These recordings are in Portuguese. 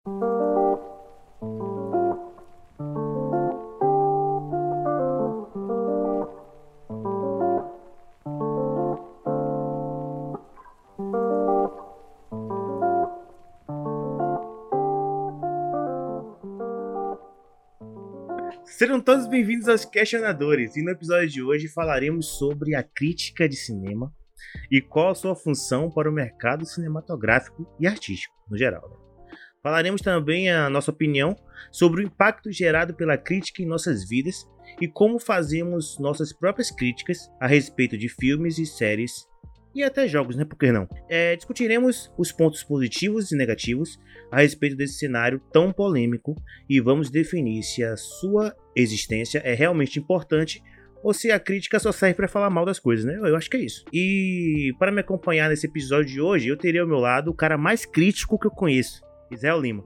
Sejam todos bem-vindos aos Questionadores, e no episódio de hoje falaremos sobre a crítica de cinema e qual a sua função para o mercado cinematográfico e artístico, no geral. Falaremos também a nossa opinião sobre o impacto gerado pela crítica em nossas vidas e como fazemos nossas próprias críticas a respeito de filmes e séries e até jogos, né? Por que não? Discutiremos os pontos positivos e negativos a respeito desse cenário tão polêmico e vamos definir se a sua existência é realmente importante ou se a crítica só serve para falar mal das coisas, né? Eu acho que é isso. E para me acompanhar nesse episódio de hoje, eu teria ao meu lado o cara mais crítico que eu conheço, Israel Lima.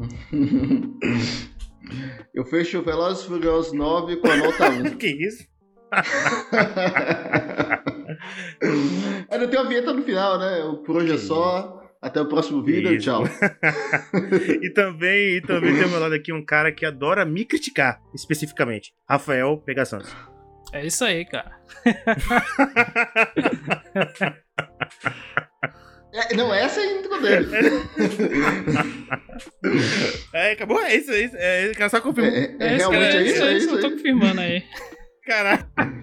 Eu fecho o Velozes e Furiosos 9 com a nota 1. Que isso? Ainda tem uma vinheta no final, né? Por hoje é só. Até o próximo vídeo. Isso. Tchau. E também tem ao meu lado aqui um cara que adora me criticar, especificamente. Rafael Pega Santos. É isso aí, cara. Não, essa é a intro dele. Acabou? É isso. O cara só confirmou. Realmente é isso. Eu tô confirmando aí. Caralho.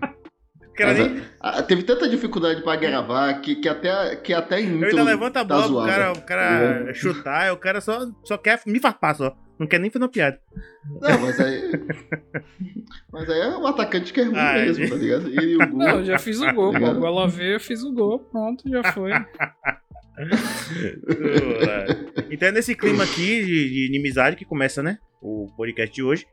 Teve tanta dificuldade pra gravar que até em eu ainda levanto a bola zoado. pro cara chutar, o cara só quer me farpar só. Não quer nem fazer uma piada. Não, mas aí é um atacante que é ruim mesmo, tá ligado? E o gol. Não, eu já fiz o gol, pô. Bola veio, eu fiz o gol, pronto, já foi. Então é nesse clima aqui de inimizade que começa, né? O podcast de hoje.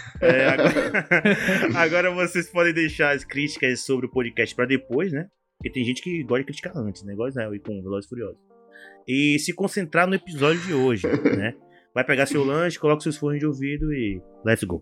Agora vocês podem deixar as críticas sobre o podcast pra depois, né? Porque tem gente que gosta de criticar antes, né? Igual Israel e com Velozes e Furiosos. E se concentrar no episódio de hoje, né? Vai pegar seu lanche, coloca seus fones de ouvido e let's go.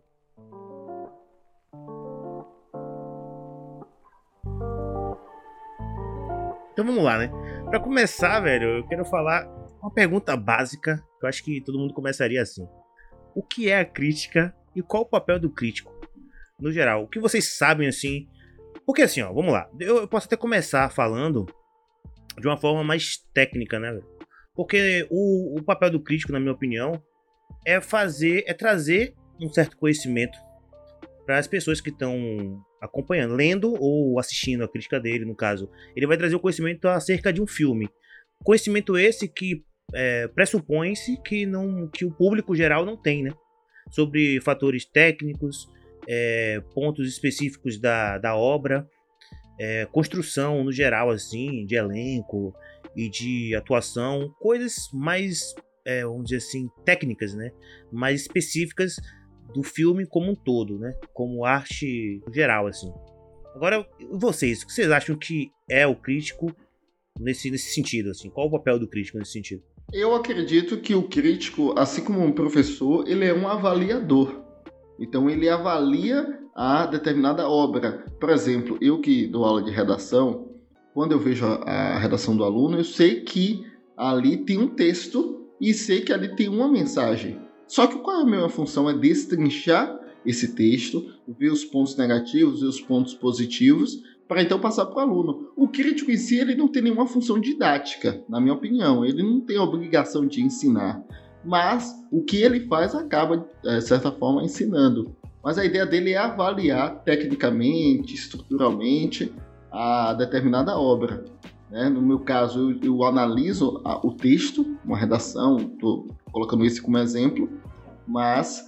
Então vamos lá, né? Pra começar, velho, eu quero falar uma pergunta básica, que eu acho que todo mundo começaria assim. O que é a crítica e qual o papel do crítico? No geral, o que vocês sabem assim? Porque assim, ó, vamos lá. Eu posso até começar falando de uma forma mais técnica, né, velho? Porque o papel do crítico, na minha opinião, é trazer um certo conhecimento para as pessoas que estão acompanhando, lendo ou assistindo a crítica dele, no caso. Ele vai trazer o conhecimento acerca de um filme. Conhecimento esse que pressupõe-se que o público geral não tem, né? Sobre fatores técnicos, pontos específicos da obra, construção no geral, assim, de elenco e de atuação, coisas mais, vamos dizer assim, técnicas, né? Mais específicas do filme como um todo, né? Como arte geral, assim. Agora, vocês, o que vocês acham que é o crítico nesse sentido, assim? Qual o papel do crítico nesse sentido? Eu acredito que o crítico, assim como um professor, ele é um avaliador. Então, ele avalia a determinada obra. Por exemplo, eu que dou aula de redação, quando eu vejo a redação do aluno, eu sei que ali tem um texto e sei que ali tem uma mensagem. Só que qual é a minha função? É destrinchar esse texto, ver os pontos negativos e os pontos positivos, para então passar para o aluno. O crítico em si, ele não tem nenhuma função didática, na minha opinião. Ele não tem a obrigação de ensinar. Mas o que ele faz acaba, de certa forma, ensinando. Mas a ideia dele é avaliar tecnicamente, estruturalmente, a determinada obra. Né? No meu caso, eu analiso o texto, uma redação, estou colocando esse como exemplo, mas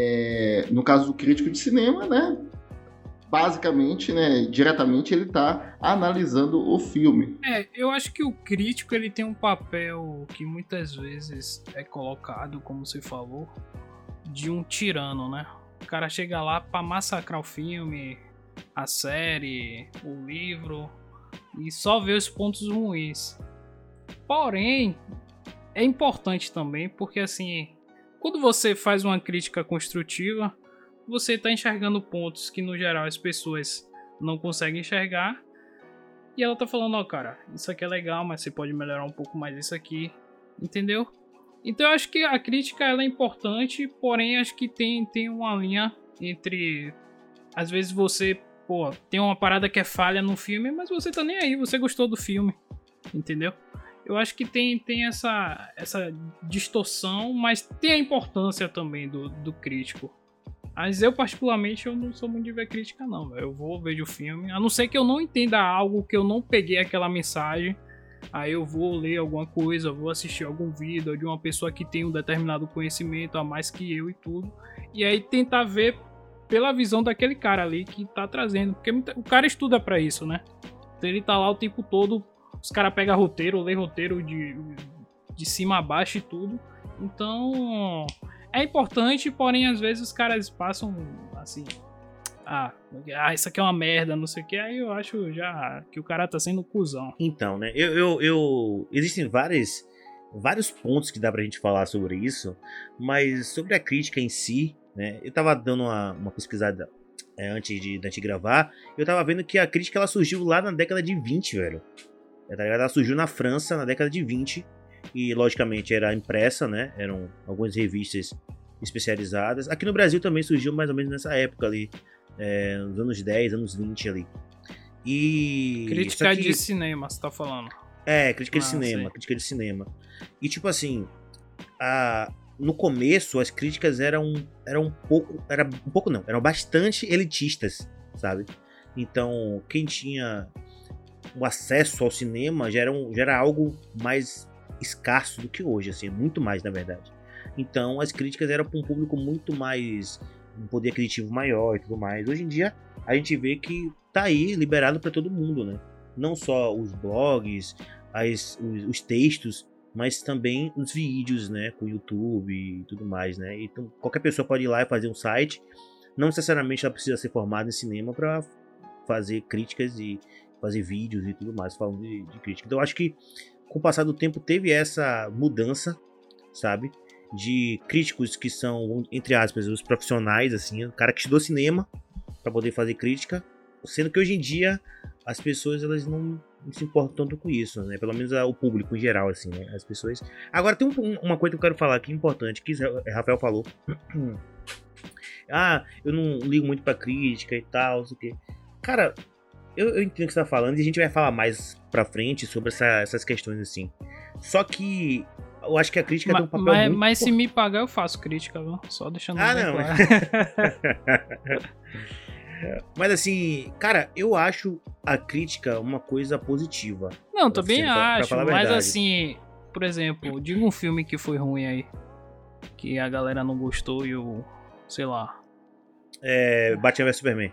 no caso do crítico de cinema, né, basicamente, né, diretamente, ele está analisando o filme. Eu acho que o crítico ele tem um papel que muitas vezes é colocado, como você falou, de um tirano, né? O cara chega lá para massacrar o filme, a série, o livro e só ver os pontos ruins. Porém, é importante também porque assim, quando você faz uma crítica construtiva, você está enxergando pontos que no geral as pessoas não conseguem enxergar e ela tá falando, ó, cara, isso aqui é legal, mas você pode melhorar um pouco mais isso aqui, entendeu? Então eu acho que a crítica ela é importante, porém acho que tem uma linha entre... Às vezes você, pô, tem uma parada que é falha no filme, mas você tá nem aí, você gostou do filme, entendeu? Eu acho que tem essa distorção, mas tem a importância também do crítico. Mas eu, particularmente, eu não sou muito de ver crítica, não. Eu vou ver o filme, a não ser que eu não entenda algo, que eu não peguei aquela mensagem, aí eu vou ler alguma coisa, vou assistir algum vídeo de uma pessoa que tem um determinado conhecimento a mais que eu e tudo, e aí tentar ver pela visão daquele cara ali que tá trazendo, porque o cara estuda pra isso, né? Então ele tá lá o tempo todo, os caras pegam roteiro, lê roteiro de cima a baixo e tudo, então é importante, porém às vezes os caras passam assim, isso aqui é uma merda, não sei o que, aí eu acho já que o cara tá sendo cuzão. Então, né, existem vários pontos que dá pra gente falar sobre isso, mas sobre a crítica em si, né, eu tava dando uma pesquisada antes de gravar, eu tava vendo que a crítica ela surgiu lá na década de 20, velho. Ela surgiu na França na década de 20 e, logicamente, era impressa, né, eram algumas revistas especializadas. Aqui no Brasil também surgiu mais ou menos nessa época ali, nos anos 10, anos 20 ali. E... Crítica de cinema, você tá falando. Crítica de cinema. E tipo assim, no começo as críticas eram bastante elitistas, sabe? Então, quem tinha o acesso ao cinema já era algo mais escasso do que hoje, assim, muito mais, na verdade. Então, as críticas eram para um público muito mais, um poder aquisitivo maior e tudo mais. Hoje em dia, a gente vê que tá aí liberado para todo mundo, né? Não só os blogs, os textos, mas também os vídeos, né, com o YouTube e tudo mais, né? Então, qualquer pessoa pode ir lá e fazer um site. Não necessariamente ela precisa ser formada em cinema para fazer críticas e fazer vídeos e tudo mais, falando de crítica. Então, eu acho que com o passar do tempo teve essa mudança, sabe? De críticos que são, entre aspas, os profissionais, assim, o cara que estudou cinema para poder fazer crítica, sendo que hoje em dia as pessoas elas não se importam tanto com isso, né? Pelo menos o público em geral, assim, né? As pessoas. Agora tem uma coisa que eu quero falar aqui importante, que o Rafael falou. Eu não ligo muito pra crítica e tal, não sei o quê. Cara, eu entendo o que você tá falando e a gente vai falar mais pra frente sobre essas questões, assim. Só que eu acho que a crítica tem um papel muito... Mas se me pagar, eu faço crítica, viu? Só deixando bem não. claro. Mas assim, cara, eu acho a crítica uma coisa positiva. Não, também acho, mas verdade. assim, por exemplo, diga um filme que foi ruim aí, que a galera não gostou e sei lá. Batman vs Superman.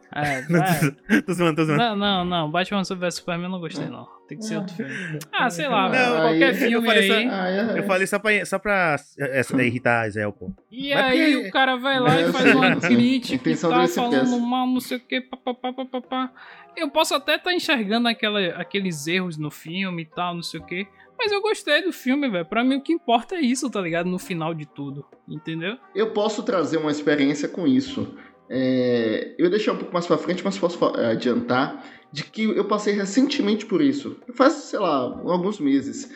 Tô zoando. Não, Batman vs Superman eu não gostei não. Tem que ser outro filme. Sei lá, qualquer filme eu falei só pra irritar a Zé, pô. E mas aí o cara vai lá e faz uma crítica e tá falando mal, não sei o que, papapá. Eu posso até estar enxergando aqueles erros no filme e tal, não sei o que, mas eu gostei do filme, velho. Pra mim o que importa é isso, tá ligado? No final de tudo, entendeu? Eu posso trazer uma experiência com isso. Eu ia deixar um pouco mais pra frente, mas posso adiantar de que eu passei recentemente por isso. Faz, sei lá, alguns meses.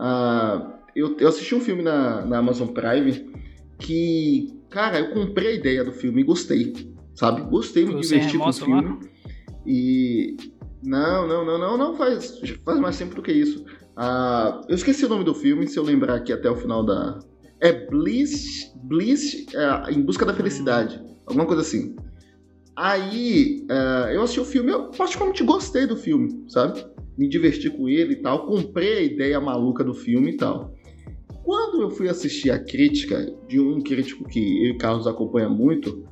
Eu assisti um filme na Amazon Prime que, cara, eu comprei a ideia do filme e gostei, sabe? Gostei, me diverti com o filme. Lá? E... Não, faz mais tempo do que isso. Eu esqueci o nome do filme, se eu lembrar aqui até o final da... Bliss Em Busca da Felicidade. Alguma coisa assim. Aí, eu assisti o filme, eu particularmente gostei do filme, sabe? Me diverti com ele e tal, comprei a ideia maluca do filme e tal. Quando eu fui assistir a crítica de um crítico que eu e o Carlos acompanha muito,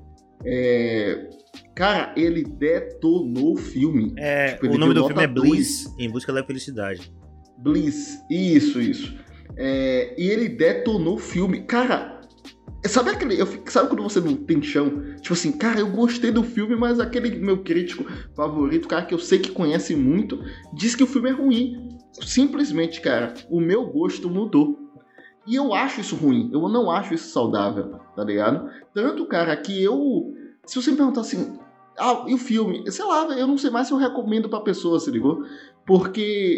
cara, ele detonou o filme. O nome do filme é Bliss, Em Busca da Felicidade. Bliss, isso. E ele detonou o filme. Cara, sabe quando você não tem chão? Tipo assim, cara, eu gostei do filme, mas aquele meu crítico favorito, cara que eu sei que conhece muito, diz que o filme é ruim. Simplesmente, cara, o meu gosto mudou. E eu acho isso ruim, eu não acho isso saudável, tá ligado? Tanto, cara, que se você me perguntar assim, e o filme? Sei lá, eu não sei mais se eu recomendo pra pessoa, se ligou? Porque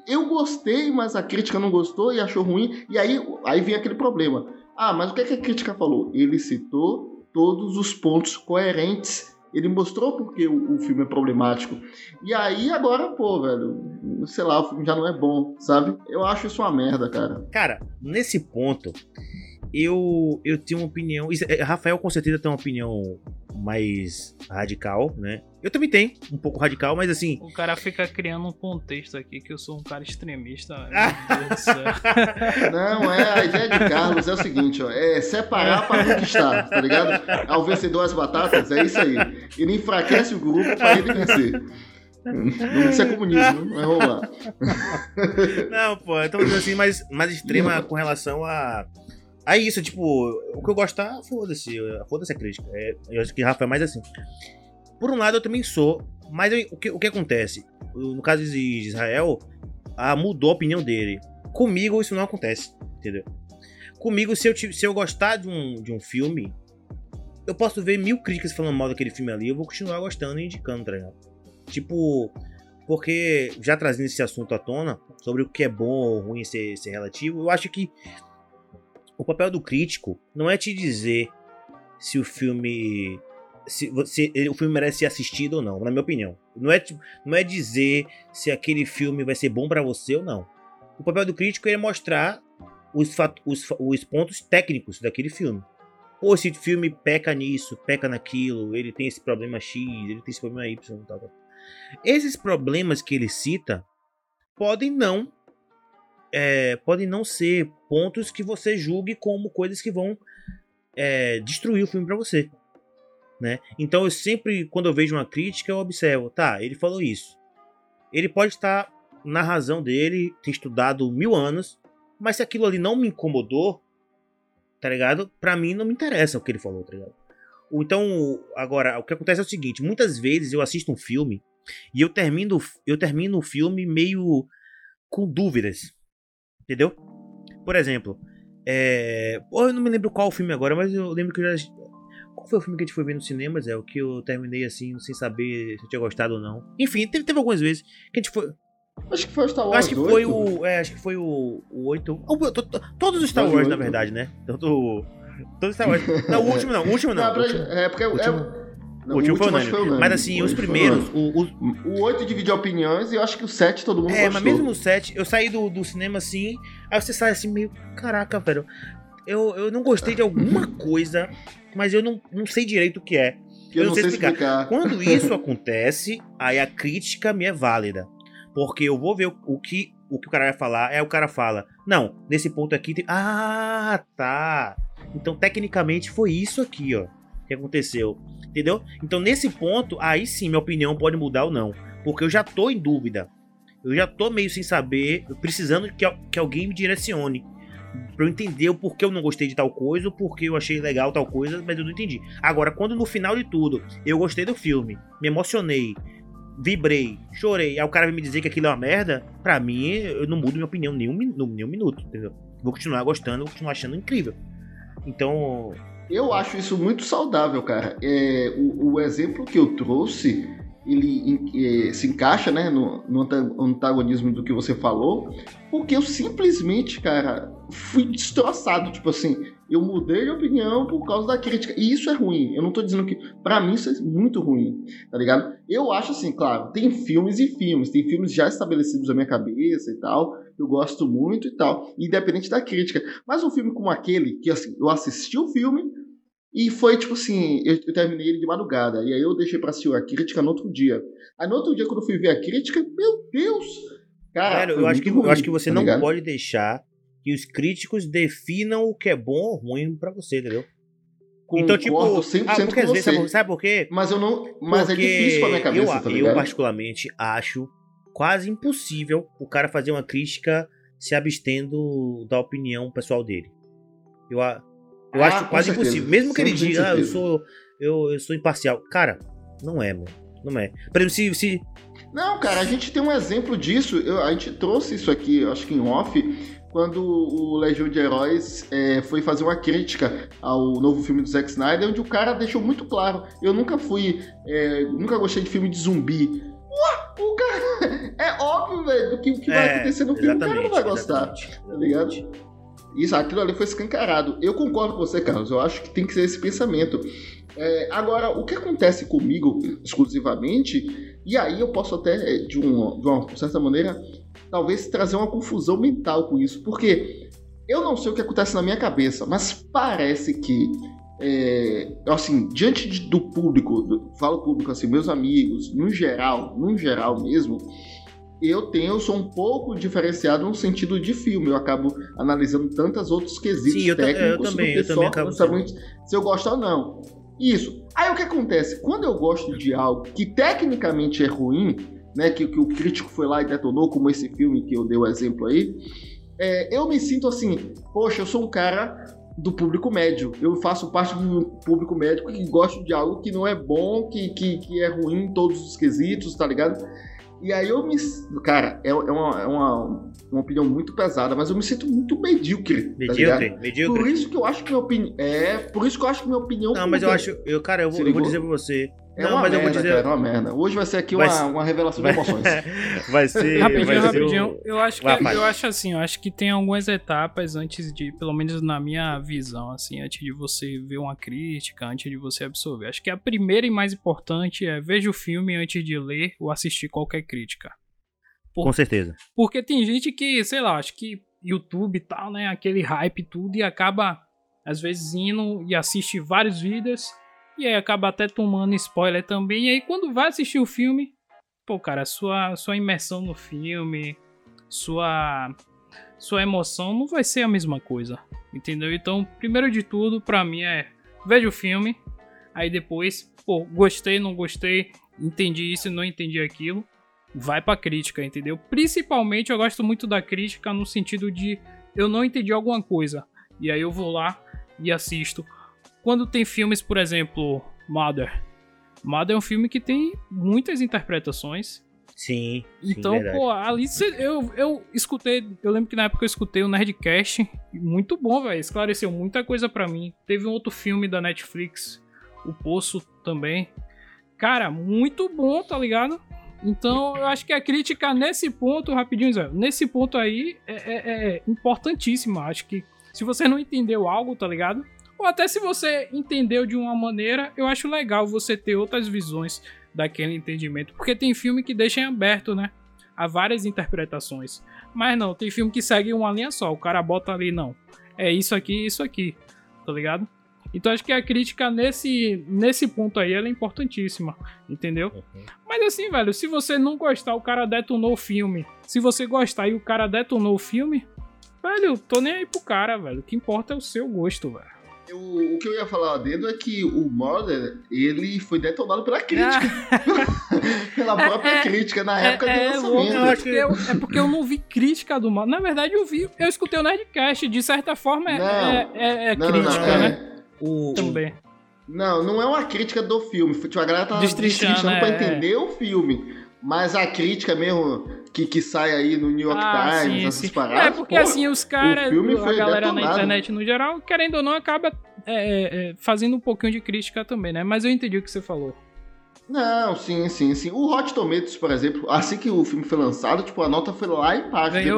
eu gostei, mas a crítica não gostou e achou ruim, e aí vem aquele problema. Mas o que a crítica falou? Ele citou todos os pontos coerentes, ele mostrou porque o filme é problemático. E aí agora, pô, velho, sei lá, o filme já não é bom, sabe? Eu acho isso uma merda, cara. Cara, nesse ponto, eu tenho uma opinião. Rafael com certeza tem uma opinião mais radical, né? Eu também tenho, um pouco radical, mas assim. O cara fica criando um contexto aqui que eu sou um cara extremista. Meu Deus do céu. Não, a ideia de Carlos é o seguinte, ó, é separar para conquistar, tá ligado? Ao vencedor as batatas, é isso aí. Ele enfraquece o grupo para ele vencer. Isso é comunismo, não vai rolar. Não, pô, estamos assim mais extrema com relação a isso, tipo, o que eu gostar, foda-se a crítica. Eu acho que Rafa é mais assim. Por um lado, eu também sou, mas o que acontece? No caso de Israel, mudou a opinião dele. Comigo, isso não acontece, entendeu? Comigo, se eu gostar de um filme, eu posso ver 1000 críticas falando mal daquele filme ali, eu vou continuar gostando e indicando, tá ligado? Tipo, porque já trazendo esse assunto à tona, sobre o que é bom ou ruim ser relativo, eu acho que o papel do crítico não é te dizer se o filme merece ser assistido ou não, na minha opinião. Não é dizer se aquele filme vai ser bom pra você ou não. O papel do crítico é mostrar os pontos técnicos daquele filme. Pô, esse filme peca nisso, peca naquilo, ele tem esse problema X, ele tem esse problema Y, tal. Esses problemas que ele cita podem não ser pontos que você julgue como coisas que vão destruir o filme pra você, né? Então eu sempre, quando eu vejo uma crítica, eu observo, tá, ele falou isso. Ele pode estar na razão dele, ter estudado 1000 anos, mas se aquilo ali não me incomodou, tá ligado? Pra mim não me interessa o que ele falou, tá ligado? Então, agora, o que acontece é o seguinte, muitas vezes eu assisto um filme e eu termino o filme meio com dúvidas, entendeu? Por exemplo, eu não me lembro qual o filme agora, mas eu lembro que eu já... Qual foi o filme que a gente foi ver no cinema, Zé? O que eu terminei assim, sem saber se eu tinha gostado ou não. Enfim, teve algumas vezes que a gente foi... Acho que foi o Star Wars. Acho que foi o 8. Todos os Star Wars, na verdade, né? Todos os Star Wars. Não, o último não. O último foi unânime. Mas assim, os primeiros. O 8 dividiu opiniões e eu acho que o 7 todo mundo gostou. Mas mesmo no 7, eu saí do cinema assim. Aí você sai assim, meio. Caraca, velho. Eu não gostei de alguma coisa, mas eu não sei direito o que é. Eu não sei explicar. Quando isso acontece, aí a crítica me é válida. Porque eu vou ver o que o cara vai falar. Aí o cara fala, não, nesse ponto aqui tem... Ah, tá. Então, tecnicamente, foi isso aqui, ó, que aconteceu. Entendeu? Então, nesse ponto, aí sim, minha opinião pode mudar ou não. Porque eu já tô em dúvida. Eu já tô meio sem saber, precisando que alguém me direcione. Pra eu entender o porquê eu não gostei de tal coisa, o porquê eu achei legal tal coisa, mas eu não entendi. Agora, quando no final de tudo, eu gostei do filme, me emocionei, vibrei, chorei, aí o cara vem me dizer que aquilo é uma merda, pra mim, eu não mudo minha opinião nem um minuto, entendeu? Vou continuar gostando, vou continuar achando incrível. Então... Eu acho isso muito saudável, cara. O exemplo que eu trouxe, ele se encaixa, né, no antagonismo do que você falou, porque eu simplesmente, cara, fui destroçado, tipo assim, eu mudei de opinião por causa da crítica, e isso é ruim, eu não tô dizendo que, pra mim isso é muito ruim, tá ligado? Eu acho assim, claro, tem filmes e filmes, tem filmes já estabelecidos na minha cabeça e tal, eu gosto muito e tal, independente da crítica, mas um filme como aquele, que assim, eu assisti o filme, e foi tipo assim, eu terminei ele de madrugada, e aí eu deixei pra assistir a crítica no outro dia. Aí no outro dia, quando eu fui ver a crítica, meu Deus! Cara, eu acho que você não pode deixar que os críticos definam o que é bom ou ruim pra você, entendeu? Então, tipo, 100% porque às vezes, sabe por quê? Mas é difícil pra minha cabeça, tá ligado? Eu particularmente acho quase impossível o cara fazer uma crítica se abstendo da opinião pessoal dele. Eu acho quase impossível. Mesmo que ele diga, eu sou imparcial. Cara, não é, mano. Não é. Por exemplo, se... Não, cara, a gente tem um exemplo disso. A gente trouxe isso aqui, acho que em off, quando o Legião de Heróis foi fazer uma crítica ao novo filme do Zack Snyder, onde o cara deixou muito claro. Eu nunca gostei de filme de zumbi. O cara... É óbvio, velho, do que vai acontecer no filme, o cara não vai gostar, tá ligado? Isso, aquilo ali foi escancarado. Eu concordo com você, Carlos, eu acho que tem que ser esse pensamento. Agora, o que acontece comigo, exclusivamente, e aí eu posso até, de uma certa maneira, talvez trazer uma confusão mental com isso, porque eu não sei o que acontece na minha cabeça, mas parece que, assim, diante do público, falo público assim, meus amigos, no geral mesmo, eu sou um pouco diferenciado no sentido de filme. Eu acabo analisando tantos outros quesitos técnicos do que só se eu gosto ou não. Isso. Aí o que acontece? Quando eu gosto de algo que tecnicamente é ruim, né, que o crítico foi lá e detonou, como esse filme que eu dei o exemplo aí, eu me sinto assim, poxa, eu sou um cara do público médio. Eu faço parte do público médio que gosta de algo que não é bom, que é ruim em todos os quesitos, tá ligado? E aí eu me... Cara, é uma opinião muito pesada, mas eu me sinto muito medíocre, tá ligado? Medíocre. Por isso que eu acho que minha opinião... por isso que eu acho que minha opinião... Não, mas eu acho... Eu vou dizer pra você... eu vou dizer... Cara, é uma merda. Hoje vai ser aqui uma revelação de emoções. Vai ser... Rapidinho. Eu acho que tem algumas etapas antes de... Pelo menos na minha visão, assim, antes de você ver uma crítica, antes de você absorver. Acho que a primeira e mais importante é veja o filme antes de ler ou assistir qualquer crítica. Com certeza. Porque tem gente que, sei lá, acho que YouTube e tal, né? Aquele hype e tudo, e acaba, às vezes, indo e assiste vários vídeos... E aí acaba até tomando spoiler também. E aí quando vai assistir o filme, pô, cara, sua imersão no filme, sua emoção não vai ser a mesma coisa, entendeu? Então, primeiro de tudo, pra mim veja o filme, aí depois, pô, gostei, não gostei, entendi isso, não entendi aquilo, vai pra crítica, entendeu? Principalmente eu gosto muito da crítica no sentido de eu não entendi alguma coisa, e aí eu vou lá e assisto. Quando tem filmes, por exemplo, Mother. Mother é um filme que tem muitas interpretações. Sim. Então, verdade. pô, ali eu escutei. Eu lembro que na época eu escutei o Nerdcast. Muito bom, velho. Esclareceu muita coisa pra mim. Teve um outro filme da Netflix, O Poço também. Cara, muito bom, tá ligado? Então, eu acho que a crítica nesse ponto, rapidinho, Zé, nesse ponto aí é importantíssima. Acho que se você não entendeu algo, tá ligado? Ou até se você entendeu de uma maneira, eu acho legal você ter outras visões daquele entendimento. Porque tem filme que deixa em aberto, né? Há várias interpretações. Mas não, tem filme que segue uma linha só. O cara bota ali, não. É isso aqui, tá ligado? Então acho que a crítica nesse ponto aí, ela é importantíssima, entendeu? Uhum. Mas assim, velho, se você não gostar, o cara detonou o filme. Se você gostar e o cara detonou o filme, velho, tô nem aí pro cara, velho. O que importa é o seu gosto, velho. O que eu ia falar lá dentro é que o Mother, ele foi detonado pela crítica. Pela própria crítica, na época de lançamento. É porque eu não vi crítica do Mother. Na verdade, eu escutei o Nerdcast. De certa forma, é crítica, né? Também. Não é uma crítica do filme. Tipo, a galera tá destrinchando pra entender o filme. Mas a crítica mesmo que sai aí no New York Times, essas paradas... É porque assim, os caras, a galera detonado. Na internet no geral, querendo ou não, acaba fazendo um pouquinho de crítica também, né? Mas eu entendi o que você falou. Não, sim. O Rotten Tomatoes, por exemplo, assim que o filme foi lançado, tipo, a nota foi lá embaixo. Ganhou,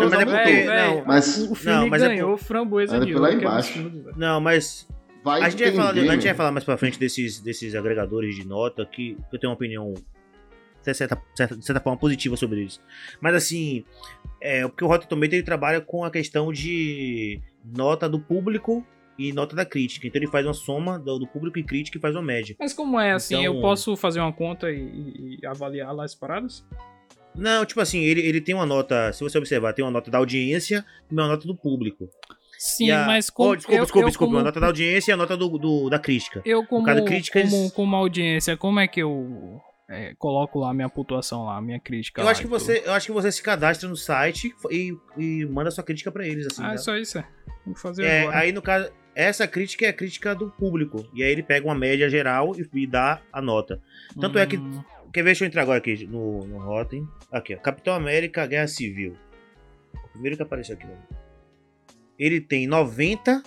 o filme ganhou framboesa de ouro. Lá embaixo. Não, mas... A gente vai falar mais pra frente desses agregadores de nota, que eu tenho uma opinião... de certa forma positiva sobre isso. Mas assim, porque o Rotten Tomatoes ele trabalha com a questão de nota do público e nota da crítica. Então ele faz uma soma do público e crítica e faz uma média. Mas como é assim? Então, eu posso fazer uma conta e avaliar lá as paradas? Não, tipo assim, ele tem uma nota, se você observar, tem uma nota da audiência e uma nota do público. Sim, mas como... Desculpa, uma nota da audiência e a nota da crítica. Eu como audiência, como é que eu... coloco lá a minha pontuação lá, a minha crítica. Eu acho que você se cadastra no site e manda sua crítica pra eles, assim. É só isso, Vou fazer agora. Aí no caso, essa crítica é a crítica do público. E aí ele pega uma média geral e dá a nota. Tanto é que... Quer ver? Deixa eu entrar agora aqui no Rotten. Aqui, ó. Capitão América, Guerra Civil. O primeiro que apareceu aqui. Ele tem 90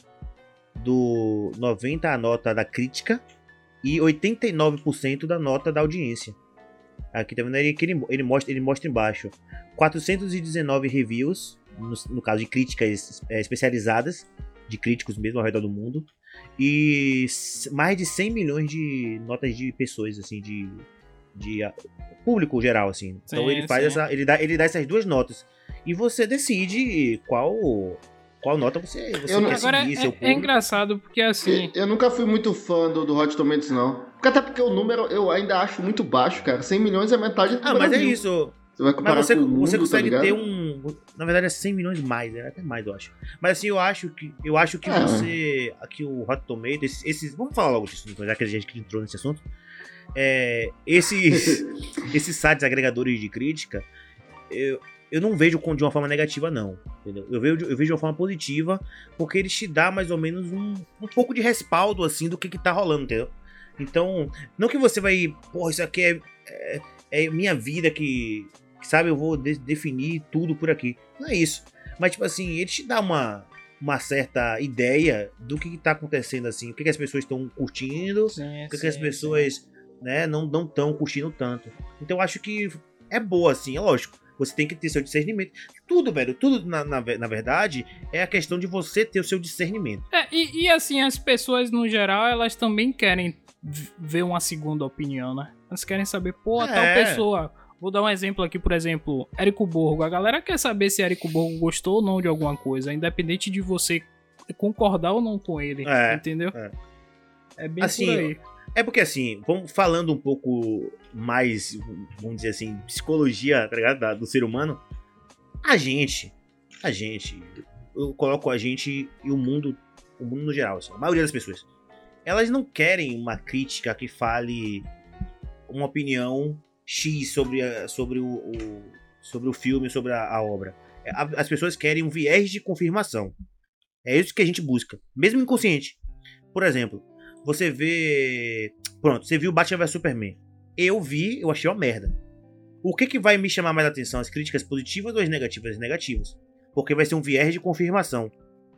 a nota da crítica e 89% da nota da audiência. Aqui tá vendo que ele mostra embaixo 419 reviews, no caso de críticas especializadas, de críticos mesmo ao redor do mundo, e mais de 100 milhões de notas de pessoas, assim, de público geral, assim. Então Sim, ele faz ele dá essas duas notas. E você decide qual nota você quer Agora seguir, seu público. é engraçado porque assim... Eu nunca fui muito fã do Rotten Tomatoes, não. Até porque o número eu ainda acho muito baixo, cara. 100 milhões é metade do Brasil. Mas é isso. Você vai comparar Mas com o mundo, você consegue tá ter ligado? na verdade é 100 milhões mais, até mais, eu acho. Mas assim, eu acho que você... Aqui o Rotten Tomatoes, vamos falar logo disso, já que a gente entrou nesse assunto. Esses sites agregadores de crítica, eu não vejo de uma forma negativa, não. Entendeu? Eu vejo de uma forma positiva, porque eles te dão mais ou menos um pouco de respaldo, assim, do que tá rolando, entendeu? Então, não que você vai... Porra, isso aqui é minha vida que sabe, eu vou definir tudo por aqui. Não é isso. Mas, tipo assim, ele te dá uma certa ideia do que tá acontecendo, assim. O que as pessoas estão curtindo, o que as pessoas, né, não estão curtindo tanto. Então, eu acho que é boa, assim, é lógico. Você tem que ter seu discernimento. Tudo, velho, tudo, na verdade, é a questão de você ter o seu discernimento. E assim, as pessoas, no geral, elas também querem ver uma segunda opinião, né? Elas querem saber, tal pessoa... Vou dar um exemplo aqui, por exemplo, Érico Borgo. A galera quer saber se Érico Borgo gostou ou não de alguma coisa, independente de você concordar ou não com ele, entendeu? É bem assim, por aí. É porque assim, vamos falando um pouco mais, vamos dizer assim, psicologia, tá ligado? Do ser humano. A gente, eu coloco a gente e o mundo no geral, assim, a maioria das pessoas, elas não querem uma crítica que fale uma opinião X sobre o filme, sobre a obra. As pessoas querem um viés de confirmação. É isso que a gente busca, mesmo inconsciente. Por exemplo, você viu Batman vs Superman. Eu achei uma merda. O que vai me chamar mais atenção? As críticas positivas ou as negativas? As negativas. Porque vai ser um viés de confirmação.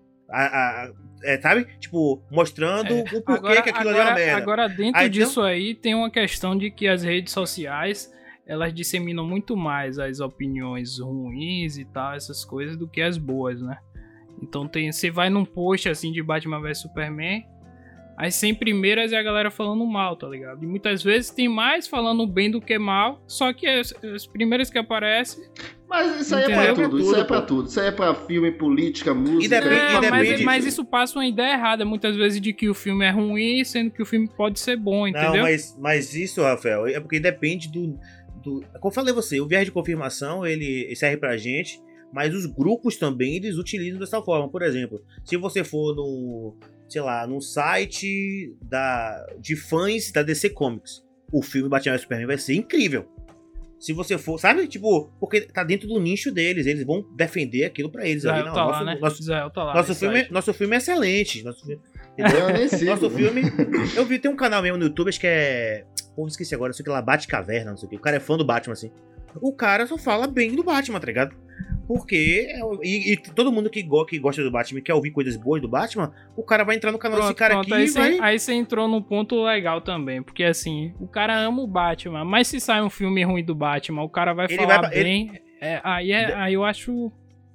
Sabe? Tipo, mostrando o porquê que aquilo ali é uma merda. Agora, dentro disso aí, tem uma questão de que as redes sociais, elas disseminam muito mais as opiniões ruins e tal, essas coisas, do que as boas, né? Então, você vai num post, assim, de Batman vs Superman, as 100 primeiras é a galera falando mal, tá ligado? E muitas vezes tem mais falando bem do que mal, só que as primeiras que aparecem... Mas isso aí é pra tudo, isso aí é pra tudo. Isso aí é pra filme, política, música... Mas isso passa uma ideia errada, muitas vezes, de que o filme é ruim, sendo que o filme pode ser bom, entendeu? Não, mas isso, Rafael, é porque depende do... Como eu falei a você, o viés de confirmação, ele serve pra gente, mas os grupos também, eles utilizam dessa forma. Por exemplo, se você for num site de fãs da DC Comics, o filme Batman vs Superman vai ser incrível. Se você for, sabe? Tipo, porque tá dentro do nicho deles, eles vão defender aquilo pra eles. Israel tá lá, né? Israel tá lá. Nosso filme é excelente. Nosso filme... Eu tem um canal mesmo no YouTube, acho que é... Pô, esqueci agora, não sei o que lá, Batcaverna, não sei o que. O cara é fã do Batman, assim. O cara só fala bem do Batman, tá ligado? Porque... E todo mundo que gosta do Batman e quer ouvir coisas boas do Batman, o cara vai entrar no canal desse cara aqui e vai... Aí você entrou num ponto legal também. Porque assim, o cara ama o Batman, mas se sai um filme ruim do Batman, o cara vai falar bem... Aí eu acho...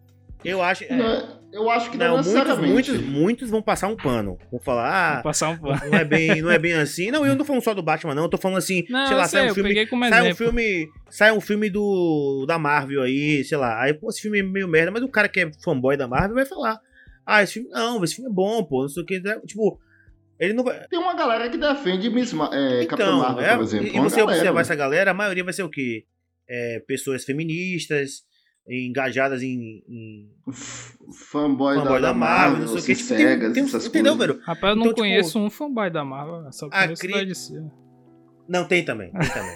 Eu acho que não necessariamente. Muitos vão passar um pano. Vão falar, passar um pano. Não é bem assim. Não, eu não tô falando só do Batman, não. Eu tô falando assim, não, sei lá, sai um filme da Marvel aí, sei lá. Aí, pô, esse filme é meio merda, mas o cara que é fanboy da Marvel vai falar: esse filme é bom, pô, não sei o que. Tipo, ele não vai... Tem uma galera que defende Capitão Marvel, por exemplo. E você observar essa galera, a maioria vai ser o quê? Pessoas feministas, engajadas em fanboy da Marvel, não sei o que, cegas, essas entendeu, coisas. velho? Rapaz, eu não conheço um fanboy da Marvel, só conheço da DC. Não, tem também.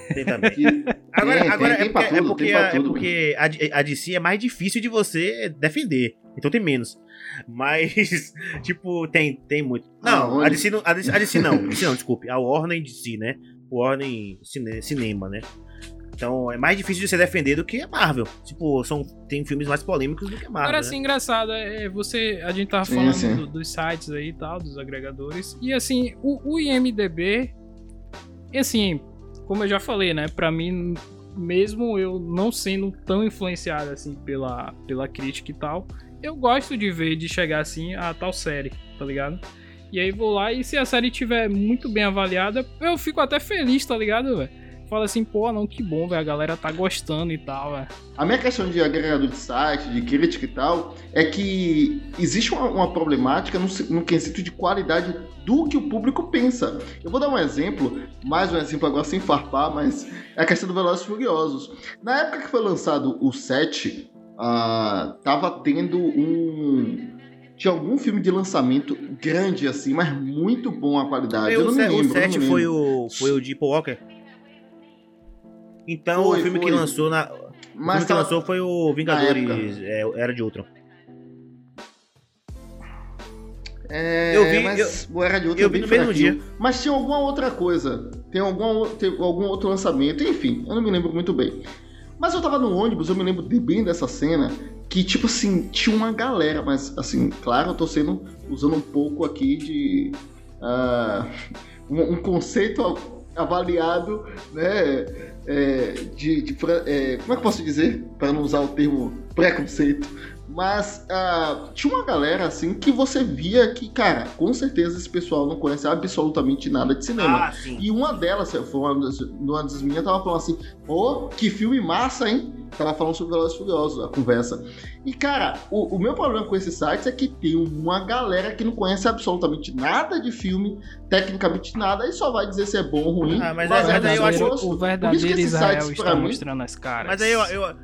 Agora, porque a DC é mais difícil de você defender, então tem menos. Mas, tipo, tem muito. Não, a DC não, desculpe. A Warner DC, né? Warner Cinema, né? Então é mais difícil de você defender do que a Marvel. Tipo, tem filmes mais polêmicos do que a Marvel. Agora, assim, engraçado, a gente tava falando dos sites aí e tal, dos agregadores. E assim, o IMDB, assim, como eu já falei, né? Pra mim, mesmo eu não sendo tão influenciado assim pela crítica e tal, eu gosto de ver, de chegar assim a tal série, tá ligado? E aí vou lá e se a série tiver muito bem avaliada, eu fico até feliz, tá ligado, velho? Fala assim, pô, não, que bom, velho, a galera tá gostando e tal, velho. A minha questão de agregador de site, de crítica e tal, é que existe uma problemática no quesito de qualidade do que o público pensa. Eu vou dar um exemplo, mais um exemplo agora sem farpar, mas é a questão do Velozes e Furiosos. Na época que foi lançado o 7, tava tendo tinha algum filme de lançamento grande assim, mas muito bom a qualidade. Eu não me lembro. O 7 foi o de Paul Walker? Então o filme que lançou que lançou foi o Vingadores, Era de Ultron. Era de Ultron, eu vi no mesmo dia. Mas tinha alguma outra coisa. Tem algum outro lançamento, enfim, eu não me lembro muito bem. Mas eu tava no ônibus, eu me lembro bem dessa cena, que tipo assim, tinha uma galera, mas assim, claro, eu tô usando um pouco aqui de um conceito avaliado, né, como é que eu posso dizer, para não usar o termo preconceito, mas tinha uma galera assim que você via que, cara, com certeza esse pessoal não conhece absolutamente nada de cinema. E uma delas, foi uma das minhas, tava falando assim, que filme massa, hein? Tava falando sobre Velozes e Furiosos, a conversa. E, cara, o meu problema com esses sites é que tem uma galera que não conhece absolutamente nada de filme, tecnicamente nada, e só vai dizer se é bom ou ruim. Mas aí eu acho o verdadeiro Israel está mostrando as caras. Mas aí eu acho...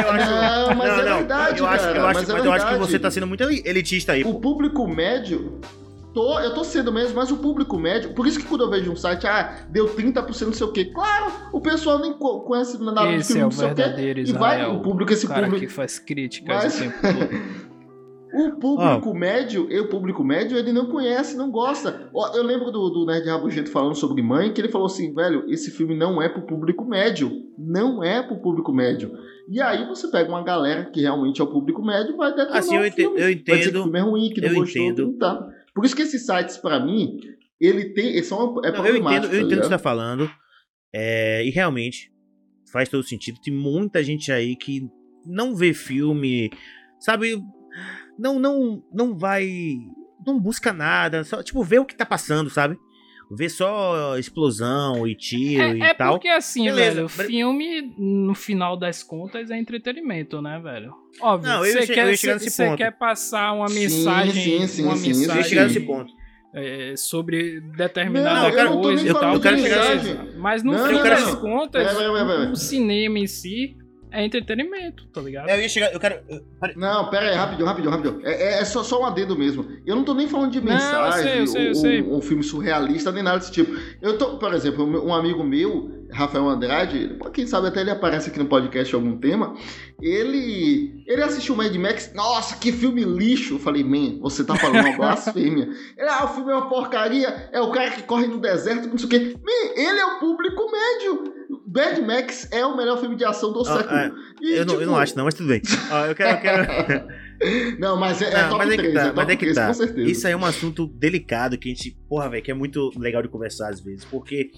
Mas eu acho que você tá sendo muito elitista aí. O público médio... Eu tô sendo mesmo, mas o público médio... Por isso que quando eu vejo um site, deu 30% não sei o quê. Claro, o pessoal nem conhece nada de filme, não sei o quê. Esse é o verdadeiro Israel, o cara que faz críticas o tempo todo. O público médio, ele não conhece, não gosta. Eu lembro do Nerd Rabugento falando sobre Mãe, que ele falou assim, velho, esse filme não é pro público médio. Não é pro público médio. E aí você pega uma galera que realmente é o público médio e vai detonar assim, eu entendo. Vai dizer que o filme é ruim, que não gostou, que não tá. Por isso que esses sites, pra mim, eles são problemáticos. Eu entendo o que você tá falando. E realmente faz todo sentido. Tem muita gente aí que não vê filme, sabe... Não vai... Não busca nada, só, tipo, vê o que tá passando, sabe? Vê só explosão e tiro e tal. É porque assim, beleza, velho, filme, no final das contas, é entretenimento, né, velho? Óbvio, você quer passar uma mensagem... Sim. Eu ia chegar nesse ponto. Sobre determinada coisa e tal. Eu quero chegar nesse ponto. Mas no final das contas, o cinema em si... É entretenimento, tá ligado? Não, pera aí, rapidinho. É só um adendo mesmo. Eu não tô nem falando de mensagem, eu sei. Ou filme surrealista, nem nada desse tipo. Por exemplo, um amigo meu, Rafael Andrade, quem sabe até ele aparece aqui no podcast algum tema, ele assistiu Mad Max, nossa, que filme lixo. Eu falei, você tá falando uma blasfêmia. O filme é uma porcaria, é o cara que corre no deserto, não sei o quê. Ele é o público médio. Mad Max é o melhor filme de ação do século. Eu não acho não, mas tudo bem. Eu quero... Não, mas top 3, mas é que tá. Com certeza. Isso aí é um assunto delicado que a gente... Porra, velho, que é muito legal de conversar às vezes, porque...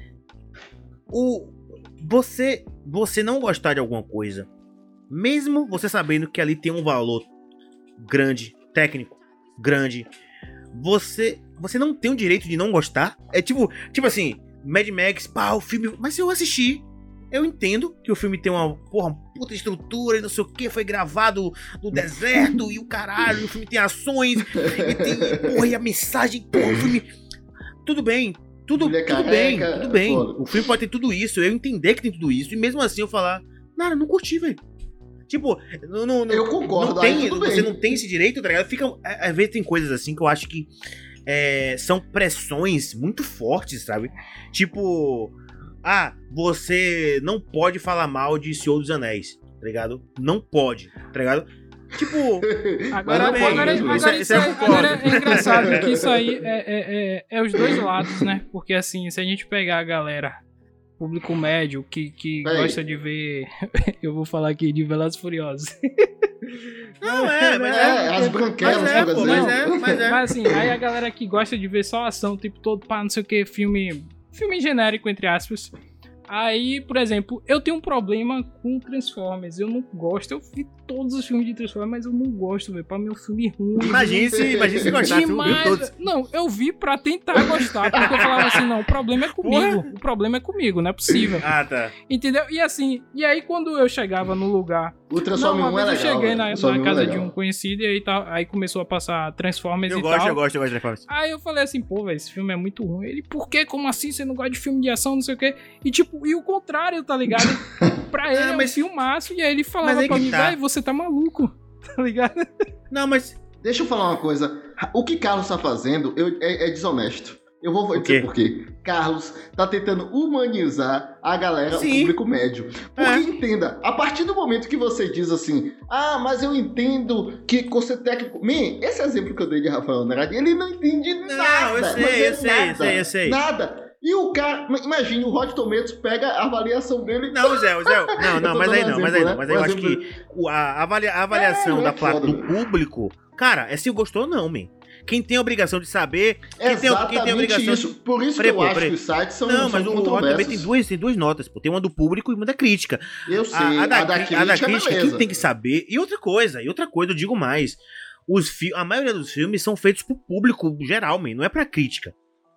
Você não gostar de alguma coisa, mesmo você sabendo que ali tem um valor grande, técnico, grande, você não tem o direito de não gostar. É tipo assim... Mad Max, o filme... Mas eu assisti. Eu entendo que o filme tem uma puta estrutura e não sei o que. Foi gravado no deserto e o caralho. O filme tem ações e tem... e a mensagem... o filme... Tudo bem. Tudo bem. O filme pode ter tudo isso. Eu entender que tem tudo isso. E mesmo assim eu falar... Não curti, velho. Tipo... eu concordo. Você não tem esse direito, tá ligado? Às vezes tem coisas assim que eu acho que... são pressões muito fortes, sabe? Tipo, você não pode falar mal de Senhor dos Anéis, tá ligado? Não pode, tá ligado? Tipo, agora é engraçado que isso aí é os dois lados, né? Porque assim, se a gente pegar a galera, público médio, que gosta de ver, eu vou falar aqui de Velozes e Furiosos. As branquelas, Mas assim, aí a galera que gosta de ver só ação o tempo todo, não sei o que, filme genérico, entre aspas. Aí, por exemplo, eu tenho um problema com Transformers. Eu não gosto. Eu vi todos os filmes de Transformers, mas eu não gosto, velho. Pra mim é um filme ruim. Imagina se gostasse, tu viu todos. Não, eu vi pra tentar gostar. Porque eu falava assim, não, o problema é comigo. O problema é comigo, não é possível. Ah, tá. Entendeu? E assim, e aí quando eu chegava no lugar... O Transformers 1 é legal. Eu cheguei na casa de um conhecido e aí começou a passar Transformers e tal. Eu gosto de Transformers. Aí eu falei assim, pô, velho, esse filme é muito ruim. Ele, por quê? Como assim? Você não gosta de filme de ação, não sei o quê? E tipo, e o contrário, tá ligado? Pra ele é um filmaço. E aí ele falava pra mim, velho, você tá maluco, tá ligado? Não, mas... Deixa eu falar uma coisa. O que Carlos tá fazendo é desonesto. Eu vou dizer por quê. Carlos tá tentando humanizar a galera, o público médio. Porque entenda, a partir do momento que você diz assim, mas eu entendo que você técnico... esse exemplo que eu dei de Rafael Andrade, ele não entende nada. Não, eu sei. Nada. E o cara, imagina, o Rotten Tomatoes pega a avaliação dele... Não, Zé, não, mas aí não. Mas aí eu acho que a avaliação do público, cara, é se gostou ou não, man. Quem tem a obrigação de saber... Quem tem a obrigação isso. Por isso que eu acho que os sites são Não, mas o Rotten tem duas notas, pô. Tem uma do público e uma da crítica. Eu sei, a da crítica quem tem que saber... E outra coisa, eu digo mais. A maioria dos filmes são feitos pro público geral, man. Não é pra crítica.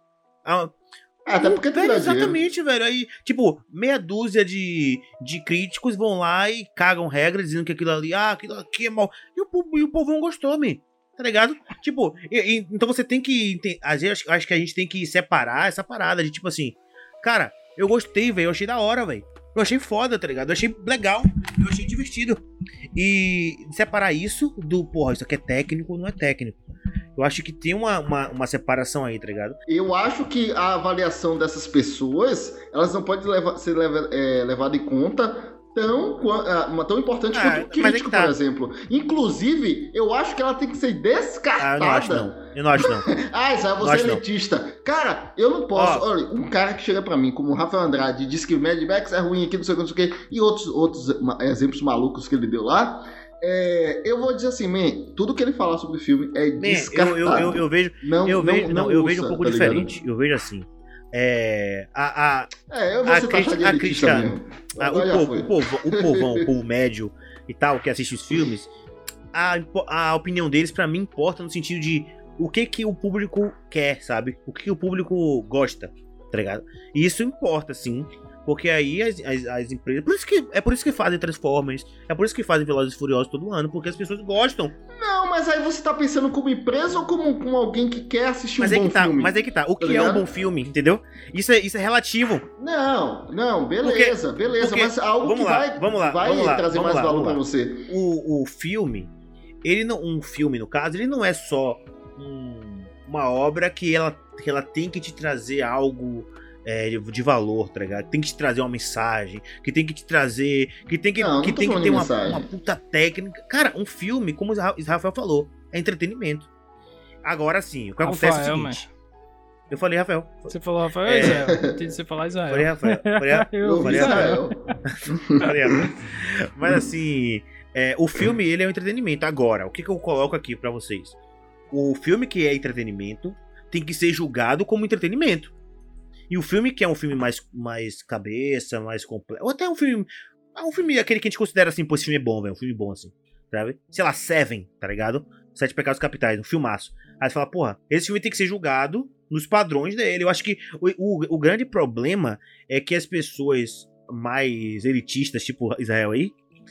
Até porque tem exatamente, velho. Aí, tipo, meia dúzia de críticos vão lá e cagam regras, dizendo que aquilo ali é mal. E o povo não gostou, man. Tá ligado? Tipo, então você tem que... Acho que a gente tem que separar essa parada de tipo assim... Cara, eu gostei, velho. Eu achei da hora, velho. Eu achei foda, tá ligado? Eu achei legal. Eu achei divertido. E separar isso do... Porra, isso aqui é técnico ou não é técnico. Eu acho que tem uma separação aí, tá ligado? Eu acho que a avaliação dessas pessoas... Elas não podem ser levadas em conta... tão importante quanto o crítico, por exemplo. Inclusive, eu acho que ela tem que ser descartada. Eu não acho não. Israel, você é elitista. Cara, eu não posso. Olha, um cara que chega pra mim, como o Rafael Andrade, e diz que o Mad Max é ruim aqui, não sei o que, e outros exemplos malucos que ele deu lá, eu vou dizer assim, tudo que ele falar sobre o filme é descartado. Eu vejo um pouco diferente. Eu vejo assim. Eu vou ser a crítica mesmo. O povo médio e tal, que assiste os filmes, a opinião deles, pra mim, importa no sentido de o que o público quer, sabe? O que o público gosta, tá ligado? E isso importa, sim. Porque aí as empresas... Por isso que fazem Transformers. É por isso que fazem Velozes e Furiosos todo ano. Porque as pessoas gostam. Não, mas aí você tá pensando como empresa ou como alguém que quer assistir um bom filme? Mas aí que tá. O que é um bom filme, entendeu? Isso é relativo. Não, beleza. Mas algo vai trazer mais valor pra você. O filme... Um filme, no caso, ele não é só uma obra que ela tem que te trazer algo... de valor, tá ligado? Tem que te trazer uma mensagem, que tem que te trazer, que tem que ter uma puta técnica. Cara, um filme, como o Rafael falou, é entretenimento. Agora sim, o que acontece é o seguinte. Eu falei Rafael. Você falou Rafael ou Israel? Eu entendi você falar Israel. Falei Rafael. Falei Rafael. Mas assim, o filme, ele é um entretenimento. Agora, o que eu coloco aqui pra vocês? O filme que é entretenimento tem que ser julgado como entretenimento. E o filme que é um filme mais cabeça, mais complexo. Ou até um filme aquele que a gente considera assim, pô, esse filme é bom, velho. Um filme bom, assim. Sabe? Sei lá, Seven, tá ligado? Sete Pecados Capitais, um filmaço. Aí você fala, porra, esse filme tem que ser julgado nos padrões dele. Eu acho que o grande problema é que as pessoas mais elitistas, tipo Israel aí,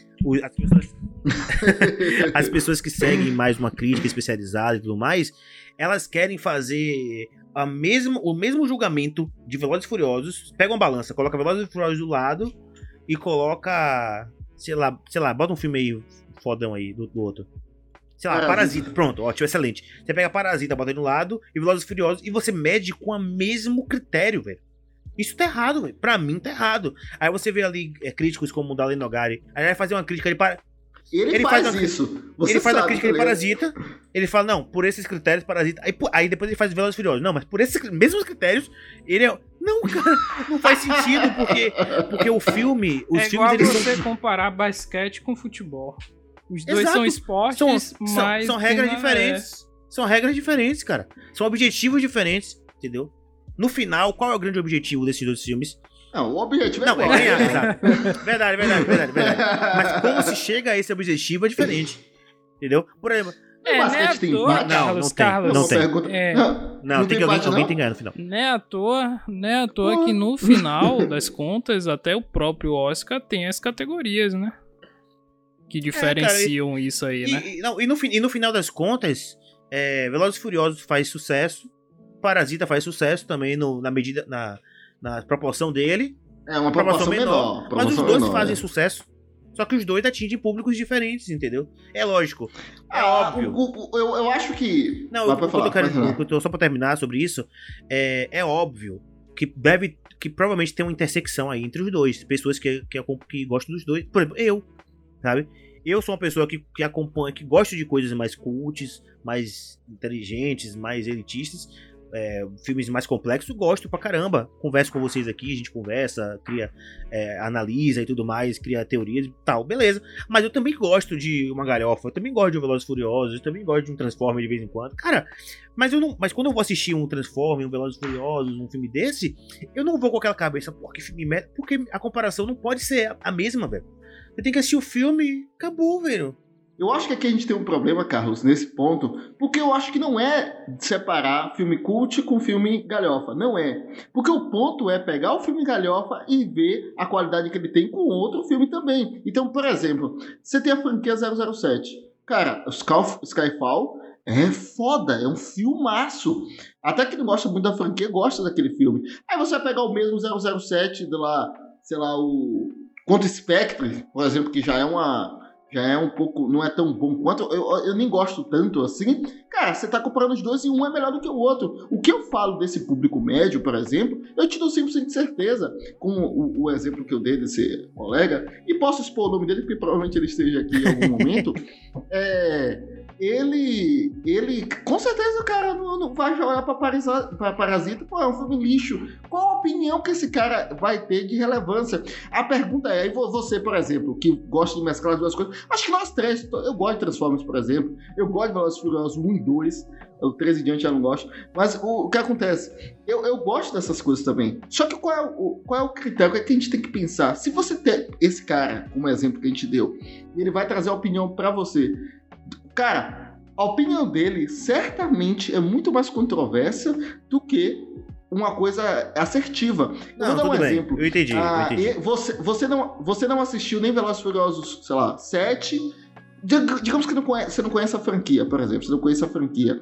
as pessoas que seguem mais uma crítica especializada e tudo mais, elas querem fazer o mesmo julgamento de Velozes e Furiosos. Pega uma balança, coloca Velozes e Furiosos do lado e coloca, sei lá, bota um filme aí fodão aí do outro. Sei lá, Parasita. Pronto, ótimo, excelente. Você pega Parasita, bota aí do lado e Velozes e Furiosos e você mede com o mesmo critério, velho. Isso tá errado, velho. Pra mim tá errado. Aí você vê ali críticos como o Dalen Nogari. Aí vai fazer uma crítica ali para... Ele faz isso. Ele faz a crítica de Parasita. Ele fala, não, por esses critérios, Parasita. Aí depois ele faz Velozes e Furiosos. Não, mas por esses mesmos critérios, ele é... Não, cara, não faz sentido, porque o filme... Os filmes, igual você comparar basquete com futebol. Os dois são esportes, mas... São regras diferentes. São regras diferentes, cara. São objetivos diferentes, entendeu? No final, qual é o grande objetivo desses dois filmes? Não, o objetivo é Não, igual. é ganhar, exato. Verdade. Mas como se chega a esse objetivo é diferente. Entendeu? Por exemplo... O basquete tem empate? Não tem. Não, tem que alguém tem que ganhar no final. Não é à toa que no final das contas, até o próprio Oscar tem as categorias, né? Que diferenciam isso aí, né? E no final das contas, Velozes e Furiosos faz sucesso, Parasita faz sucesso também na proporção dele. É uma proporção menor. Mas os dois fazem sucesso. Só que os dois atingem públicos diferentes, entendeu? É lógico. É óbvio. Eu acho que... Não, só pra terminar sobre isso, é óbvio que provavelmente tem uma intersecção aí entre os dois. Pessoas que gostam dos dois. Por exemplo, eu, sabe? Eu sou uma pessoa que acompanha, que gosta de coisas mais cults, mais inteligentes, mais elitistas. Filmes mais complexos, gosto pra caramba. Converso com vocês aqui, a gente conversa, cria, analisa e tudo mais, cria teorias e tal, beleza. Mas eu também gosto de uma galhofa, eu também gosto de um Velozes e Furiosos, eu também gosto de um Transformer de vez em quando. Cara, mas quando eu vou assistir um Transformer, um Velozes e Furiosos, um filme desse, eu não vou com aquela cabeça, pô, que filme merda, porque a comparação não pode ser a mesma, velho. Você tem que assistir o filme e acabou, velho. Eu acho que aqui a gente tem um problema, Carlos, nesse ponto, porque eu acho que não é separar filme cult com filme galhofa, não é. Porque o ponto é pegar o filme galhofa e ver a qualidade que ele tem com outro filme também. Então, por exemplo, você tem a franquia 007. Cara, Skyfall é foda, é um filmaço. Até quem não gosta muito da franquia gosta daquele filme. Aí você vai pegar o mesmo 007 de lá, sei lá, o Contra Spectre, por exemplo, que já é um pouco, não é tão bom quanto, eu nem gosto tanto assim. Cara, você tá comparando os dois e um é melhor do que o outro. O que eu falo desse público médio, por exemplo, eu te dou 100% de certeza, com o exemplo que eu dei desse colega, e posso expor o nome dele, porque provavelmente ele esteja aqui em algum momento, ele, com certeza, cara, não vai jogar pra Parasita, pô, é um filme lixo. Qual a opinião que esse cara vai ter de relevância? A pergunta é, e você, por exemplo, que gosta de mesclar as duas coisas, acho que nós três, eu gosto de Transformers, por exemplo, eu gosto de Velozes e Furiosos 1 e 2, o 3 e diante eu não gosto, mas o que acontece? Eu gosto dessas coisas também, só que qual é o critério? O que é que a gente tem que pensar? Se você ter esse cara, como exemplo que a gente deu, e ele vai trazer a opinião pra você, cara, a opinião dele certamente é muito mais controversa do que uma coisa assertiva. Eu vou dar um exemplo. Eu entendi. Você não assistiu nem Velozes e Furiosos, sei lá, 7. Digamos que você não conhece a franquia, por exemplo. Você não conhece a franquia.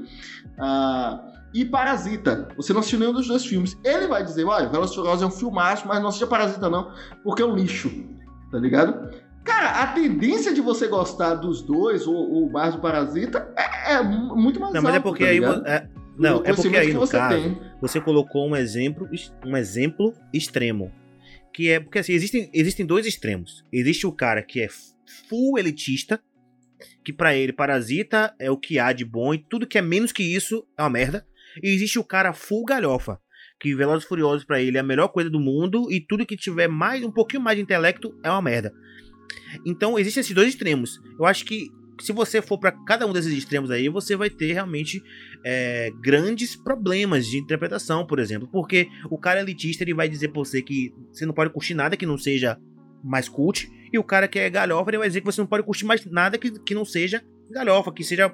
E Parasita. Você não assistiu nenhum dos dois filmes. Ele vai dizer, olha, Velozes e Furiosos é um filmaço, mas não assistia Parasita não, porque é um lixo. Tá ligado? Cara, a tendência de você gostar dos dois, ou mais do Parasita, é muito mais alta. Não, mas é porque aí... é porque aí, no caso, você colocou um exemplo extremo. Que é porque, assim, existem dois extremos. Existe o cara que é full elitista, que pra ele Parasita é o que há de bom, e tudo que é menos que isso é uma merda. E existe o cara full galhofa, que Velozes e Furiosos pra ele é a melhor coisa do mundo, e tudo que tiver um pouquinho mais de intelecto é uma merda. Então existem esses dois extremos. Eu acho que se você for pra cada um desses extremos aí, você vai ter realmente grandes problemas de interpretação, por exemplo. Porque o cara elitista, ele vai dizer pra você que você não pode curtir nada que não seja mais cult, e o cara que é galhofa, ele vai dizer que você não pode curtir mais nada que não seja galhofa, que seja...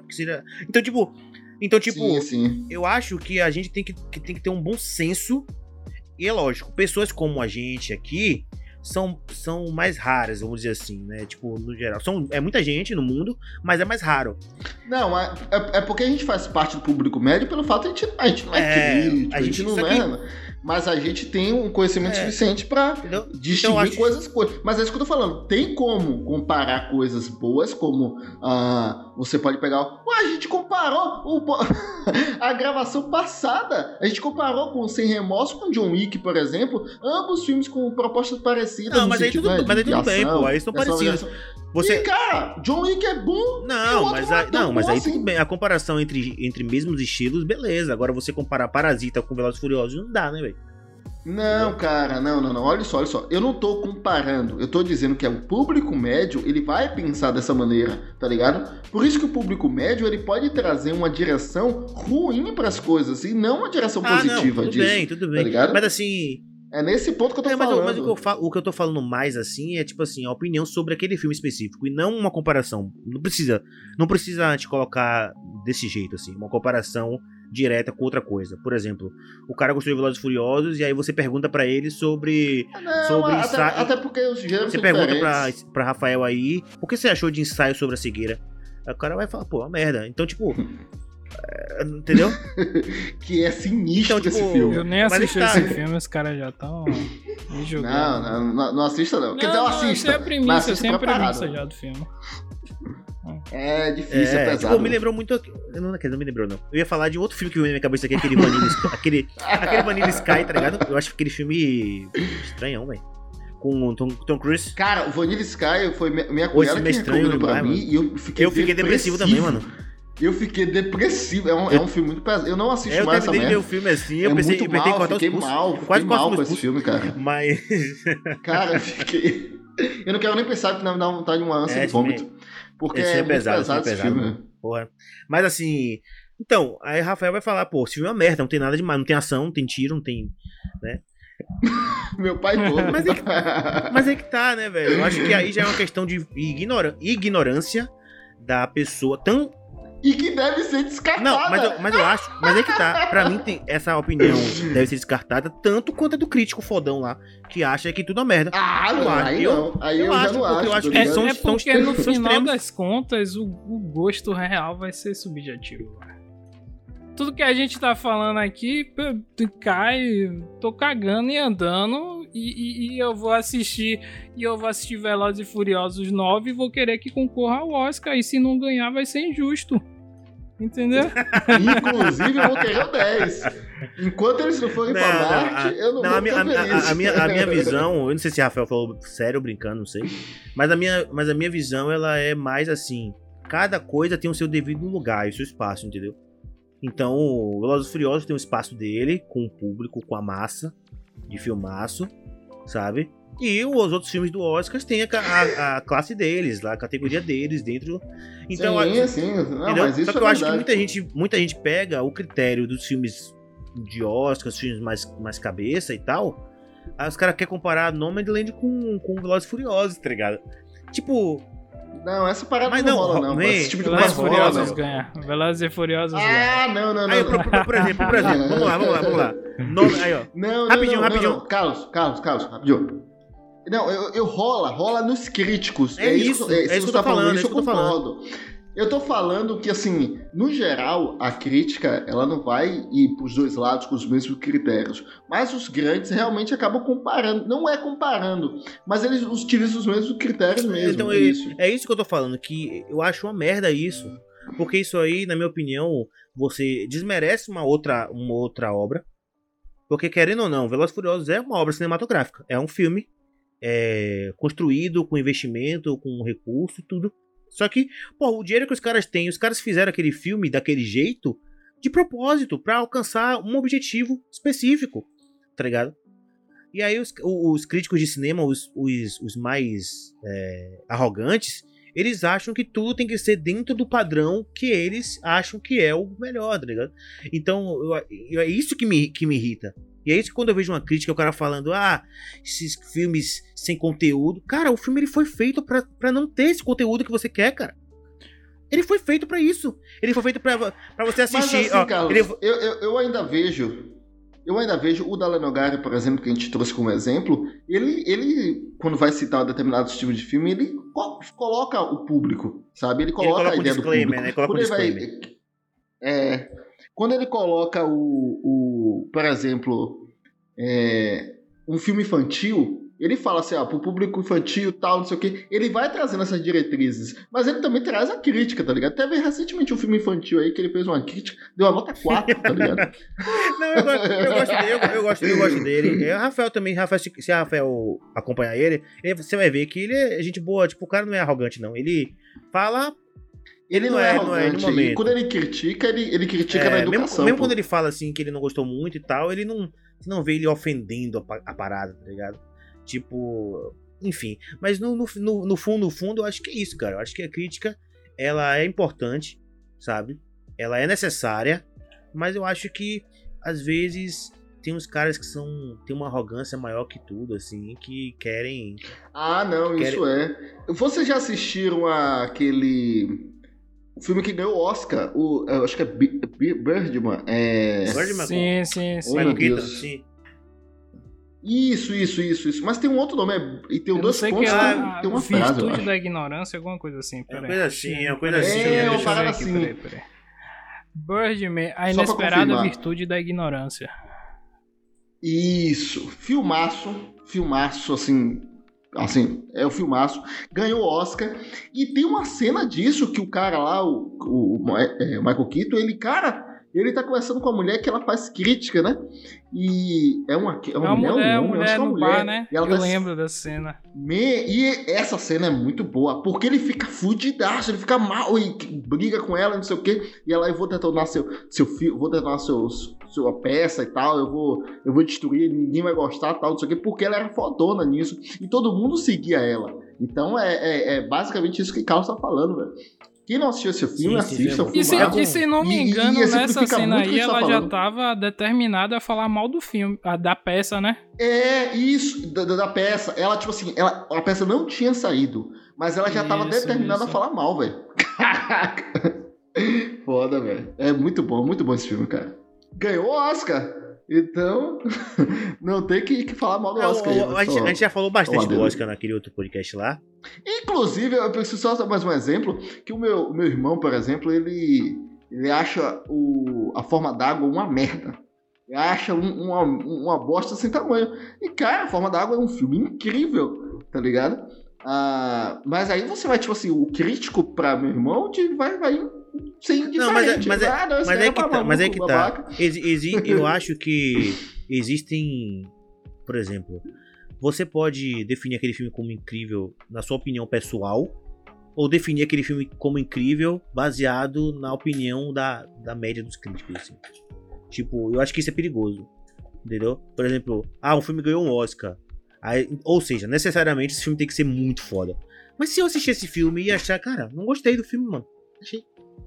Então, tipo, sim. Eu acho que a gente tem que ter um bom senso. E é lógico, pessoas como a gente aqui são mais raras, vamos dizer assim, né? Tipo, no geral. É muita gente no mundo, mas é mais raro. Não, é porque a gente faz parte do público médio pelo fato de a gente não é crítico, a gente não é... Mas a gente tem um conhecimento suficiente pra distinguir coisas. Mas é isso que eu tô falando. Tem como comparar coisas boas, como você pode pegar... a gente comparou a gravação passada. A gente comparou com Sem Remorso com John Wick, por exemplo. Ambos filmes com propostas parecidas. Não, mas aí tudo bem, pô. Aí estão parecidos. E, cara, John Wick é bom. Mas aí tudo bem. A comparação entre mesmos estilos, beleza. Agora você comparar Parasita com Velozes e Furiosos, não dá, né, velho? Não, cara, não. Olha só. Eu não tô comparando. Eu tô dizendo que o público médio, ele vai pensar dessa maneira, tá ligado? Por isso que o público médio, ele pode trazer uma direção ruim pras coisas e não uma direção positiva disso. Tudo bem. Tá ligado? Mas assim, É nesse ponto que eu tô falando. Mas o que eu tô falando mais, assim, é tipo assim, a opinião sobre aquele filme específico, e não uma comparação. Não precisa a gente colocar desse jeito, assim, uma comparação direta com outra coisa. Por exemplo, o cara gostou de Velozes e Furiosos, e aí você pergunta pra ele sobre até porque os gêneros você são pergunta diferentes. pra Rafael aí, o que você achou de Ensaio sobre a Cegueira? Aí o cara vai falar, pô, uma merda. Então, tipo... entendeu? Que é sinistro Então, tipo, esse filme. Eu nem assisti esse filme, os caras já estão me julgando. Não assista não. Quer dizer, eu assista. Essa é a premissa, essa é a premissa já do filme. É difícil, é pesado. Tipo, me lembrou muito... Não me lembrou, não. Eu ia falar de outro filme que veio na minha cabeça aqui, aquele Vanilla Sky, aquele Vanilla Sky, tá ligado? Eu acho aquele filme estranhão, velho. Com Tom Cruise. Cara, o Vanilla Sky foi minha cunhada que recomendou pra mim, e eu fiquei depressivo também, mano. Eu fiquei depressivo. É um filme muito pesado. Eu não assisto mais essa merda. Eu terminei de ver o filme assim, eu pensei muito que mal, fiquei mal com esse filme, cara. Mas... Cara, eu fiquei... Eu não quero nem pensar que não dá vontade de uma ânsia de vômito. Porque esse é muito pesado esse filme. Porra. Mas assim... Então, aí Rafael vai falar, pô, esse filme é uma merda, não tem nada demais, não tem ação, não tem tiro, não tem... né? Meu pai todo. Mas é que tá, né, velho? Eu acho que aí já é uma questão de ignorância da pessoa tão... E que deve ser descartada. Não, mas eu acho... Mas é que tá. Pra mim, essa opinião deve ser descartada tanto quanto a do crítico fodão lá, que acha que tudo é merda. Aí eu já não acho. Eu acho que são porque no final extremos. das contas, o gosto real vai ser subjetivo. Tudo que a gente tá falando aqui tô cagando e andando e eu vou assistir Velozes e Furiosos 9 e vou querer que concorra ao Oscar, e se não ganhar vai ser injusto. Entendeu? Inclusive eu vou querer o 10. Enquanto eles não forem pra Marte, eu não vou ficar feliz. A minha visão, eu não sei se o Rafael falou sério ou brincando, não sei, mas a minha visão, ela é mais assim, cada coisa tem o seu devido lugar e o seu espaço, entendeu? Então, o Velozes e Furiosos tem um espaço dele, com o público, com a massa de filmaço, sabe? E os outros filmes do Oscar têm a classe deles, a categoria deles dentro. Então, sim. Não, mas isso só que eu acho que muita gente pega o critério dos filmes de Oscar, os filmes mais cabeça e tal. Aí os caras querem comparar Nomadland com Velozes e Furiosos, tá ligado? Tipo... Não, essa parada não rola, não. Esse tipo de Velozes e Furiosos ganha. Velozes e Furiosos ganha. Não. Aí, por exemplo, vamos lá. Aí, ó. Não. Rapidinho. Carlos, rapidinho. Não, rola nos críticos. É isso que eu tô falando. Isso eu concordo. Eu tô falando que, assim, no geral, a crítica, ela não vai ir pros dois lados com os mesmos critérios. Mas os grandes realmente acabam comparando. Não é comparando, mas eles utilizam os mesmos critérios mesmo. Então, é isso que eu tô falando, que eu acho uma merda isso. Porque isso aí, na minha opinião, você desmerece uma outra obra. Porque, querendo ou não, Velozes e Furiosos é uma obra cinematográfica. É um filme construído com investimento, com recurso, tudo. Só que, pô, o dinheiro que os caras têm, os caras fizeram aquele filme daquele jeito de propósito, pra alcançar um objetivo específico, tá ligado? E aí os críticos de cinema, os mais arrogantes, eles acham que tudo tem que ser dentro do padrão que eles acham que é o melhor, tá ligado? Então, é isso que me irrita. E é isso que quando eu vejo uma crítica, o cara falando, esses filmes sem conteúdo. Cara, o filme ele foi feito pra não ter esse conteúdo que você quer, cara. Ele foi feito pra isso. Ele foi feito pra você assistir. Mas assim, Carlos, eu ainda vejo o Dalai Nogari, por exemplo, que a gente trouxe como exemplo, ele quando vai citar um determinado tipo de filme, ele coloca o público, sabe? Ele coloca a ideia do público. Né? Coloca um disclaimer. Quando ele coloca por exemplo, um filme infantil, ele fala assim, pro público infantil tal, não sei o que, ele vai trazendo essas diretrizes, mas ele também traz a crítica, tá ligado? Teve recentemente um filme infantil aí que ele fez uma crítica, deu uma nota 4, tá ligado? Não, eu gosto dele. O Rafael também, se a Rafael acompanhar ele, você vai ver que ele é gente boa, tipo, o cara não é arrogante, não. Ele fala... Ele não é arrogante, e quando ele critica na educação. Mesmo quando ele fala assim que ele não gostou muito e tal, ele não vê ele ofendendo a parada, tá ligado? Tipo, enfim. Mas no fundo, eu acho que é isso, cara. Eu acho que a crítica, ela é importante, sabe? Ela é necessária, mas eu acho que, às vezes, tem uns caras que tem uma arrogância maior que tudo, assim, que querem... Ah, não, isso é. Vocês já assistiram aquele... O filme que ganhou o Oscar, eu acho que é Birdman. Sim. Oh, meu Deus. Sim. Isso. Mas tem um outro nome, e tem dois pontos, tem uma frase, eu Virtude acho. da Ignorância, alguma coisa assim. É uma coisa assim. É, uma Deixa eu ver parada aqui, assim. peraí. Birdman, a Só pra inesperada confirmar. virtude da ignorância. Isso, filmaço, assim, é o filmaço, ganhou o Oscar, e tem uma cena disso que o cara lá, o Michael Keaton, ele tá conversando com a mulher que ela faz crítica, né? E é uma mulher no bar, né? E ela Eu tá lembro dessa cena. E essa cena é muito boa, porque ele fica fudidaço, ele fica mal e briga com ela, não sei o quê. E ela, eu vou detonar seu filho, vou detonar sua peça e tal, eu vou destruir, ninguém vai gostar, tal, não sei o quê, porque ela era fodona nisso. E todo mundo seguia ela. Então é basicamente isso que Carlos tá falando, velho. Quem não assistiu esse filme, assista o filme. E se não me engano, nessa cena aí, ela já falando. tava determinada a falar mal do filme, da peça, né? É, isso, da peça. Ela, tipo assim, a peça não tinha saído, mas ela já tava determinada a falar mal, velho. Caraca. Foda, velho. É muito bom esse filme, cara. Ganhou o Oscar. Então, não tem que falar mal do Oscar. A gente já falou bastante do Oscar naquele outro podcast lá. Inclusive, eu preciso só dar mais um exemplo, que o meu irmão, por exemplo, ele acha a Forma d'Água uma merda. Ele acha uma bosta sem tamanho. E, cara, A Forma d'Água é um filme incrível, tá ligado? Mas aí você vai, tipo assim, o crítico pra meu irmão vai ser indiferente. Mas é que tá. Eu acho que existem, por exemplo, você pode definir aquele filme como incrível na sua opinião pessoal, ou definir aquele filme como incrível baseado na opinião da média dos críticos, assim. Tipo, eu acho que isso é perigoso, entendeu? Por exemplo, um filme ganhou um Oscar. Ou seja, necessariamente esse filme tem que ser muito foda. Mas se eu assistir esse filme e achar, cara, não gostei do filme, mano. Achei.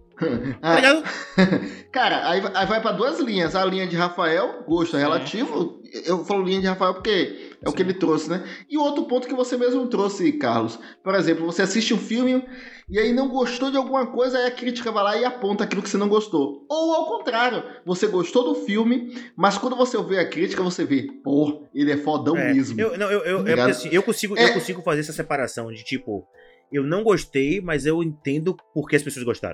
Tá ligado? Cara, aí vai pra duas linhas. A linha de Rafael, gosto relativo. Eu falo linha de Rafael porque é o que ele trouxe, né? E o outro ponto que você mesmo trouxe, Carlos. Por exemplo, você assiste um filme e aí não gostou de alguma coisa, aí a crítica vai lá e aponta aquilo que você não gostou. Ou ao contrário, você gostou do filme, mas quando você vê a crítica, você vê, pô, ele é fodão mesmo. Porque, assim, eu consigo fazer essa separação de tipo, eu não gostei, mas eu entendo por que as pessoas gostaram.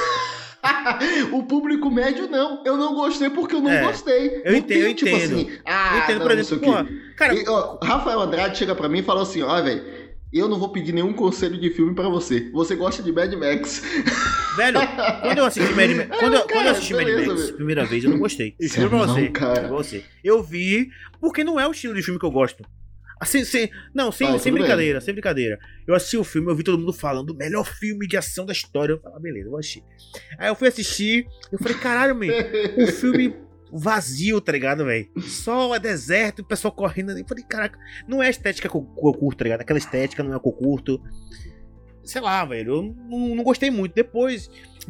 O público médio não. Eu não gostei porque eu não gostei. Eu entendo. Tipo assim, eu entendo, por exemplo, cara... Rafael Andrade chega pra mim e falou assim, velho, eu não vou pedir nenhum conselho de filme pra você. Você gosta de Mad Max. Velho, quando eu assisti Mad Max, quando eu assisti Mad Max primeira vez, eu não gostei. Eu juro pra você. Eu vi porque não é o estilo de filme que eu gosto. Sem brincadeira, sem brincadeira. Eu assisti o filme, eu vi todo mundo falando, o melhor filme de ação da história. Eu falei, beleza, eu vou assistir. Aí eu fui assistir, eu falei, caralho, man, o filme vazio, tá ligado, velho? Só é deserto, o pessoal correndo ali. Eu falei, caraca, não é a estética que eu curto, tá ligado? Aquela estética não é a que eu curto. Sei lá, velho, eu não gostei muito. Depois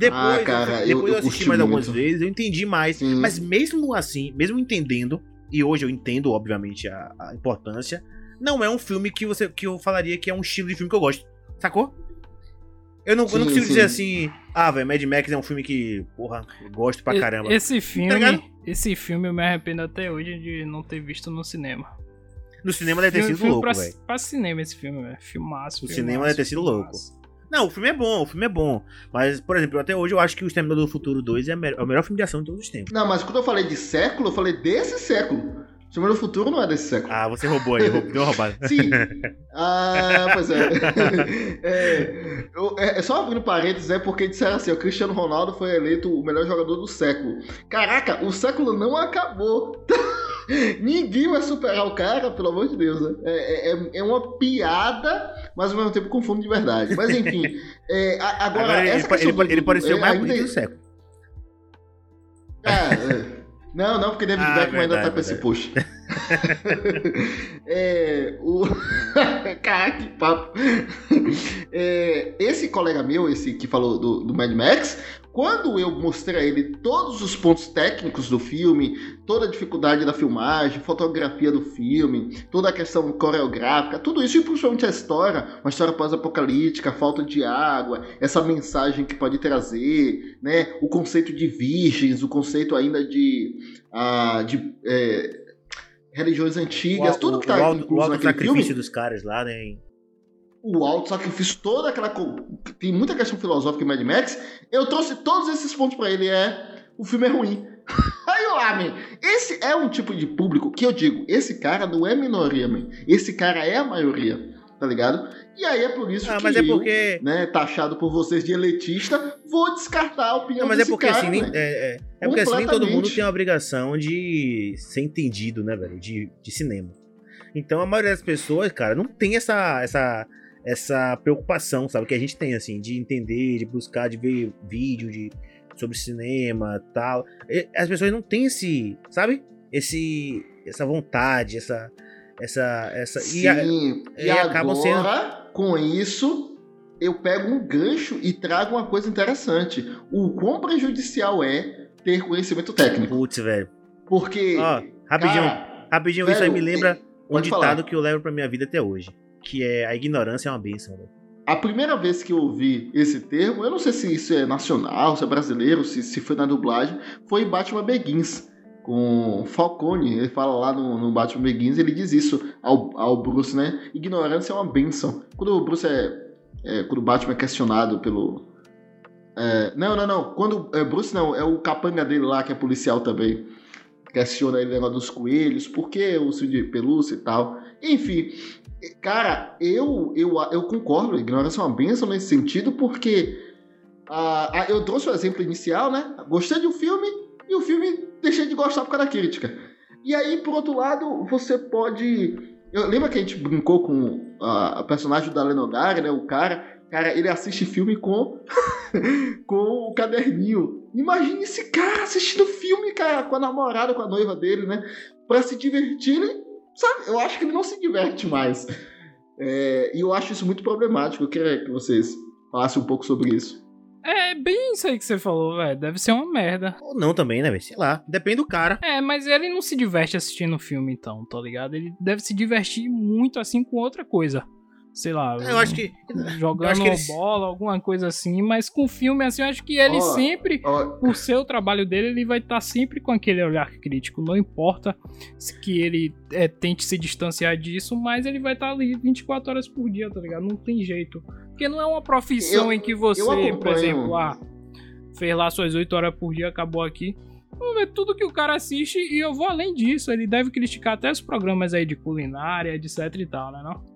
eu assisti mais algumas vezes, eu entendi mais. Sim. Mas mesmo assim, mesmo entendendo, e hoje eu entendo, obviamente, a importância, não é um filme que eu falaria que é um estilo de filme que eu gosto. Sacou? Eu não consigo dizer assim, velho, Mad Max é um filme que, porra, eu gosto pra caramba. Esse filme eu me arrependo até hoje de não ter visto no cinema. No cinema deve ter sido louco, velho. Pra cinema esse filme, velho. Filmaço. No cinema deve ter sido louco. Não, o filme é bom. Mas, por exemplo, até hoje eu acho que O Exterminador do Futuro 2 é o melhor filme de ação de todos os tempos. Não, mas quando eu falei de século, eu falei desse século. O Exterminador do Futuro não é desse século. Você roubou aí, deu uma roubada. Sim. Pois é. Só abrindo parênteses, porque disseram assim, o Cristiano Ronaldo foi eleito o melhor jogador do século. Caraca, o século não acabou. Ninguém vai superar o cara, pelo amor de Deus, né? É uma piada, mas ao mesmo tempo confundo de verdade. Mas enfim, agora ele pareceu mais bonito do século. Não, porque David Beckham ainda tá com esse push. Caraca, que papo. Esse colega meu, esse que falou do Mad Max, quando eu mostrei a ele todos os pontos técnicos do filme, toda a dificuldade da filmagem, fotografia do filme, toda a questão coreográfica, tudo isso, e principalmente a história, uma história pós-apocalíptica, a falta de água, essa mensagem que pode trazer, né, o conceito de virgens, o conceito ainda de religiões antigas, tudo que está incluso naquele sacrifício filme. dos caras lá, né? O auto-sacrifício, toda aquela... Tem muita questão filosófica em Mad Max. Eu trouxe todos esses pontos pra ele. O filme é ruim. Aí, man, esse é um tipo de público que eu digo, esse cara não é minoria, man. Esse cara é a maioria, tá ligado? E aí é por isso que mas é porque... eu, né, taxado por vocês de elitista, vou descartar a opinião mas desse é porque cara, assim, porque assim, nem todo mundo tem a obrigação de ser entendido, né, velho, de cinema. Então a maioria das pessoas, cara, não tem essa preocupação, sabe, que a gente tem, assim, de entender, de buscar, de ver vídeo sobre cinema e tal. As pessoas não têm sabe? Essa vontade, essa... Sim, e acabam sendo... com isso, eu pego um gancho e trago uma coisa interessante. O quão prejudicial é ter conhecimento técnico. Putz, velho. Porque... Ó, rapidinho, velho, isso aí me lembra um ditado falar. Que eu levo pra minha vida até hoje. Que é: a ignorância é uma bênção, velho. A primeira vez que eu ouvi esse termo, eu não sei se isso é nacional, se é brasileiro, se foi na dublagem, foi em Batman Begins, com Falcone. Ele fala lá no Batman Begins, ele diz isso ao Bruce, né? Ignorância é uma bênção. Quando o Bruce quando o Batman é questionado pelo... Não. Quando Bruce não, é o capanga dele lá, que é policial também. Questiona ele negócio dos coelhos, por que o urso de pelúcia e tal. Enfim... Cara, eu concordo, a ignorância é uma bênção nesse sentido, porque eu trouxe o exemplo inicial, né? Gostei de um filme e o filme deixei de gostar por causa da crítica. E aí, por outro lado, você pode... Lembra que a gente brincou com a personagem da Lenogari, né? O cara, ele assiste filme com o caderninho. Imagine esse cara assistindo filme, cara, com a namorada, com a noiva dele, né? Pra se divertir, sabe, eu acho que ele não se diverte mais. E eu acho isso muito problemático. Eu queria que vocês falassem um pouco sobre isso. É bem isso aí que você falou, velho. Deve ser uma merda. Ou não também, né, velho? Sei lá. Depende do cara. Mas ele não se diverte assistindo o filme, então, tá ligado? Ele deve se divertir muito, assim, com outra coisa. Sei lá. Eu acho que... Jogando bola, alguma coisa assim. Mas com filme, assim, eu acho que ele sempre, por ser o trabalho dele, ele vai estar sempre com aquele olhar crítico. Não importa que ele tente se distanciar disso, mas ele vai estar ali 24 horas por dia, tá ligado? Não tem jeito. Porque não é uma profissão em que você, por exemplo, fez lá suas 8 horas por dia, acabou aqui. Vamos ver tudo que o cara assiste, e eu vou além disso. Ele deve criticar até os programas aí de culinária, etc e tal, né, não?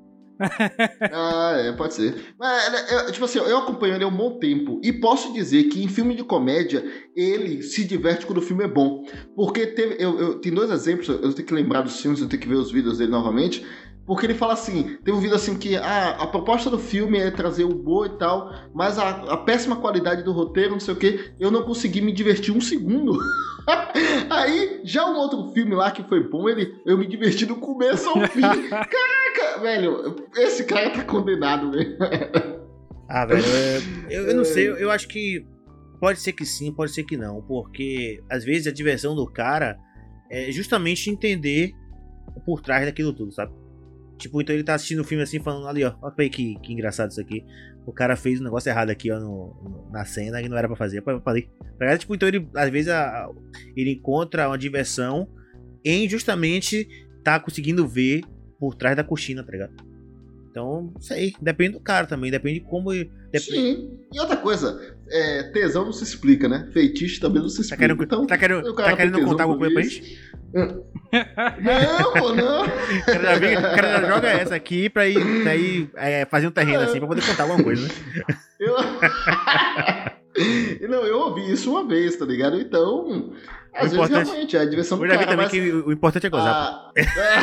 Pode ser. Mas, tipo assim, eu acompanho ele há um bom tempo e posso dizer que em filme de comédia ele se diverte quando o filme é bom. Porque tem dois exemplos, eu tenho que lembrar dos filmes, eu tenho que ver os vídeos dele novamente. Porque ele fala assim, tem um vídeo assim que a proposta do filme é trazer o boa e tal, mas a péssima qualidade do roteiro, não sei o que, eu não consegui me divertir um segundo. Aí, já um outro filme lá que foi bom, eu me diverti do começo ao fim. Caraca, velho, esse cara tá condenado, velho. Velho, eu não sei, eu acho que pode ser que sim, pode ser que não, porque às vezes a diversão do cara é justamente entender por trás daquilo tudo, sabe? Tipo, então ele tá assistindo o filme assim, falando ali, ó aí que engraçado isso aqui. O cara fez um negócio errado aqui, ó, na cena, que não era pra fazer. Tipo, então ele, às vezes, ele encontra uma diversão em justamente tá conseguindo ver por trás da cortina, tá ligado? Então, isso aí, depende do cara também, depende de como... Sim, e outra coisa, tesão não se explica, né? Feitiço também não se explica. Tá querendo contar alguma coisa pra gente? Não. O cara já joga essa aqui pra ir fazer um terreno assim, pra poder contar alguma coisa, né? Eu ouvi isso uma vez, tá ligado? Então, às vezes realmente é a diversão do cara. Também que o importante é gozar.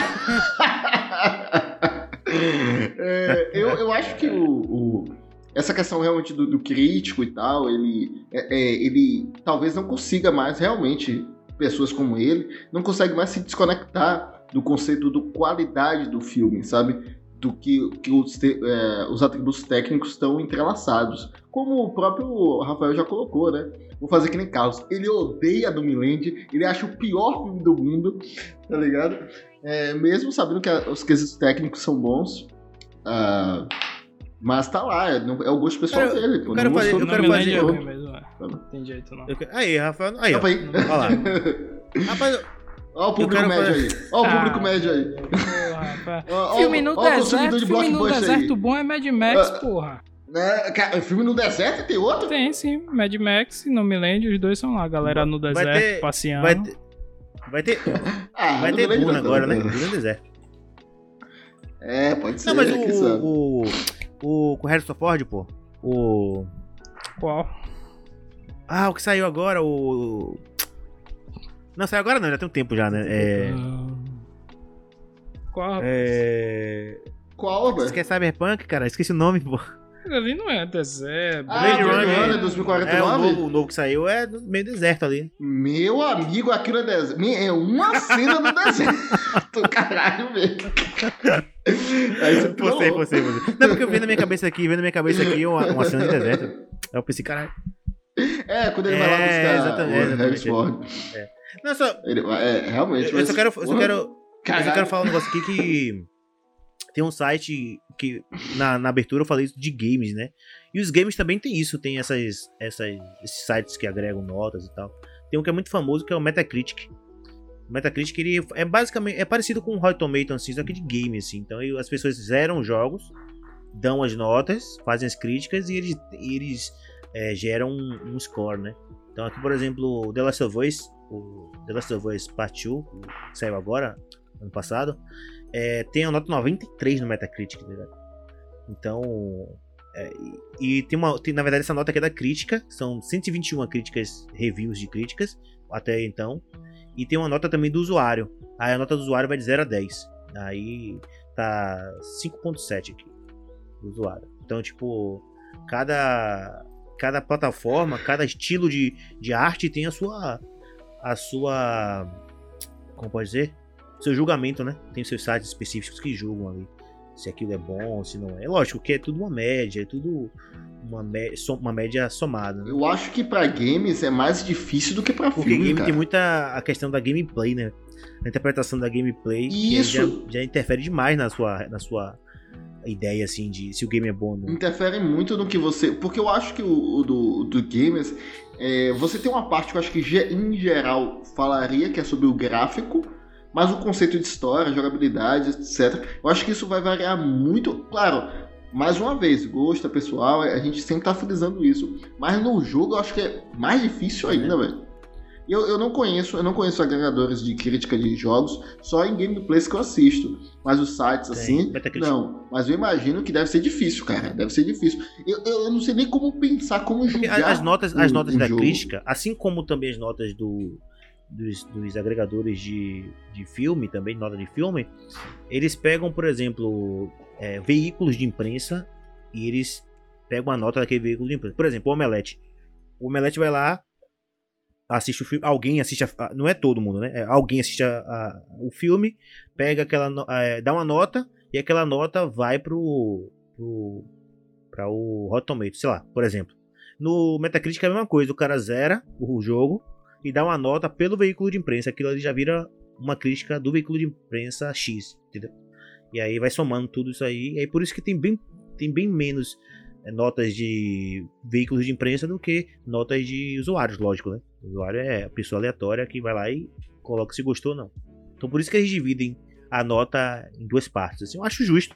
Eu acho que essa questão realmente do crítico e tal, ele talvez não consiga mais realmente, pessoas como ele, não consegue mais se desconectar do conceito do qualidade do filme, sabe? do que os atributos técnicos estão entrelaçados. Como o próprio Rafael já colocou, né? Vou fazer que nem Carlos. Ele odeia Doomland, ele acha o pior filme do mundo, tá ligado? Mesmo sabendo que os quesitos técnicos são bons, mas tá lá, é o gosto pessoal dele. Eu quero fazer. Tem jeito não. Aí, Rafael. Aí, ó. Aí. Olha lá. Rapaz, olha o público médio aí. Olha o público médio aí. Filme no deserto bom é Mad Max, porra. Filme no deserto tem outro? Tem sim, Mad Max e Nomeland, os dois são lá, galera no deserto, passeando. Vai ter Duna agora, né? Duna no deserto. Pode ser. Não, mas o Harrison Ford, pô. Qual? O que saiu agora, Não, saiu agora não, já tem um tempo já, né? Qual? Qual, velho? Você quer Cyberpunk, cara? Esqueci o nome, pô. Ali não é deserto. Blade Runner 2049? O novo que saiu é meio deserto ali. Meu amigo, aquilo é deserto. É uma cena no deserto. Caralho, velho. Você. Não, porque eu vendo na minha cabeça aqui uma cena de deserto. Aí eu pensei, caralho. Quando ele vai lá buscar exatamente. Harrison Ford. Não, só... realmente. Eu só quero falar um negócio aqui que... Tem um site que na abertura eu falei isso de games, né? E os games também tem isso, tem esses sites que agregam notas e tal. Tem um que é muito famoso que é o Metacritic. O Metacritic ele é basicamente parecido com o Rotten Tomatoes, assim, só que de game, assim. Então as pessoas zeram jogos, dão as notas, fazem as críticas e eles geram um score, né? Então aqui, por exemplo, o The Last of Us Part 2, que saiu agora, ano passado, tem a nota 93 no Metacritic, tá ligado? Então, tem na verdade essa nota aqui é da crítica, são 121 críticas, reviews de críticas até então, e tem uma nota também do usuário. Aí a nota do usuário vai de 0 a 10, aí tá 5.7 aqui do usuário. Então, tipo, cada plataforma, cada estilo de arte tem a sua como pode dizer? Seu julgamento, né? Tem seus sites específicos que julgam ali se aquilo é bom, se não é. Lógico que é tudo uma média, é tudo uma média somada, né? Eu acho que pra games é mais difícil do que pra filme, porque game cara. tem muita a questão da gameplay, né? A interpretação da gameplay que já interfere demais na sua ideia, assim, de se o game é bom ou não. Interfere muito no que você... Porque eu acho que o do gamers... você tem uma parte que eu acho que em geral falaria que é sobre o gráfico, mas o conceito de história, jogabilidade, etc. Eu acho que isso vai variar muito. Claro, mais uma vez, gosto pessoal, a gente sempre tá frisando isso. Mas no jogo eu acho que é mais difícil ainda, velho. Eu não conheço agregadores de crítica de jogos, só em gameplays que eu assisto. Mas os sites, assim, não. Mas eu imagino que deve ser difícil, cara. Deve ser difícil. Eu não sei nem como pensar, como julgar. As notas da jogo. Crítica, assim como também as notas dos agregadores de filme, também nota de filme, eles pegam, por exemplo, veículos de imprensa e eles pegam a nota daquele veículo de imprensa. Por exemplo, o Omelete. O Omelete vai lá, assiste o filme, alguém assiste, não é todo mundo, né? Alguém assiste o filme, pega dá uma nota e aquela nota vai para o Rotten Tomatoes, sei lá, por exemplo. No Metacritic é a mesma coisa, o cara zera o jogo e dá uma nota pelo veículo de imprensa, aquilo ali já vira uma crítica do veículo de imprensa X, entendeu? E aí vai somando tudo isso aí, e aí por isso que tem bem menos notas de veículos de imprensa do que notas de usuários, lógico, né? O usuário é a pessoa aleatória que vai lá e coloca se gostou ou não. Então por isso que eles dividem a nota em duas partes. Assim, eu acho justo.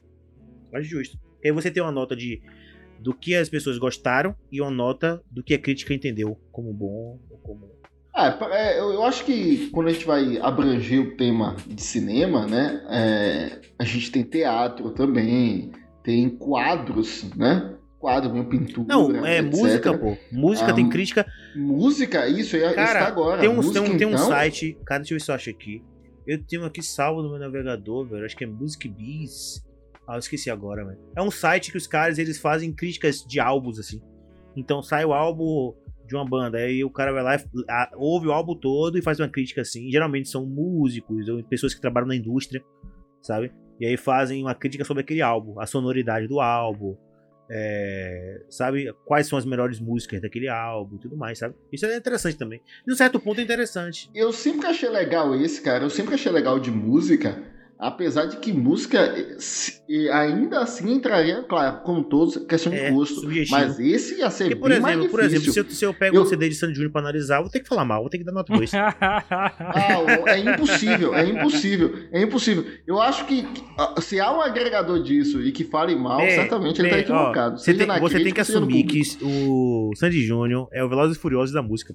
E aí você tem uma nota do que as pessoas gostaram e uma nota do que a crítica entendeu como bom ou como... eu acho que quando a gente vai abranger o tema de cinema, né? A gente tem teatro também, tem quadros, né? Quadro, mesmo pintura. Não, etc. música, pô. Música tem crítica. Música, isso aí está agora. Tem um site. Cara, deixa eu ver se eu acho aqui. Eu tenho aqui salvo no meu navegador, velho. Acho que é Music Biz. Eu esqueci agora, velho. É um site que os caras eles fazem críticas de álbuns, assim. Então sai o álbum de uma banda. Aí o cara vai lá, ouve o álbum todo e faz uma crítica assim. Geralmente são músicos ou pessoas que trabalham na indústria, sabe? E aí fazem uma crítica sobre aquele álbum, a sonoridade do álbum, sabe? Quais são as melhores músicas daquele álbum e tudo mais, sabe? Isso é interessante também. De um certo ponto é interessante. Eu sempre achei legal esse, cara. Eu sempre achei legal de música. Apesar de que música ainda assim entraria, claro, como todos, questão de gosto. Subjetivo. Mas esse ia ser porque, bem mais difícil. Por exemplo, se eu pego um CD de Sandy Júnior pra analisar, eu vou ter que falar mal, vou ter que dar nota 2. É impossível, é impossível, é impossível. Eu acho que se há um agregador disso e que fale mal, certamente ele tá equivocado. Você tem que assumir que o Sandy Júnior é o Velozes e Furiosos da música.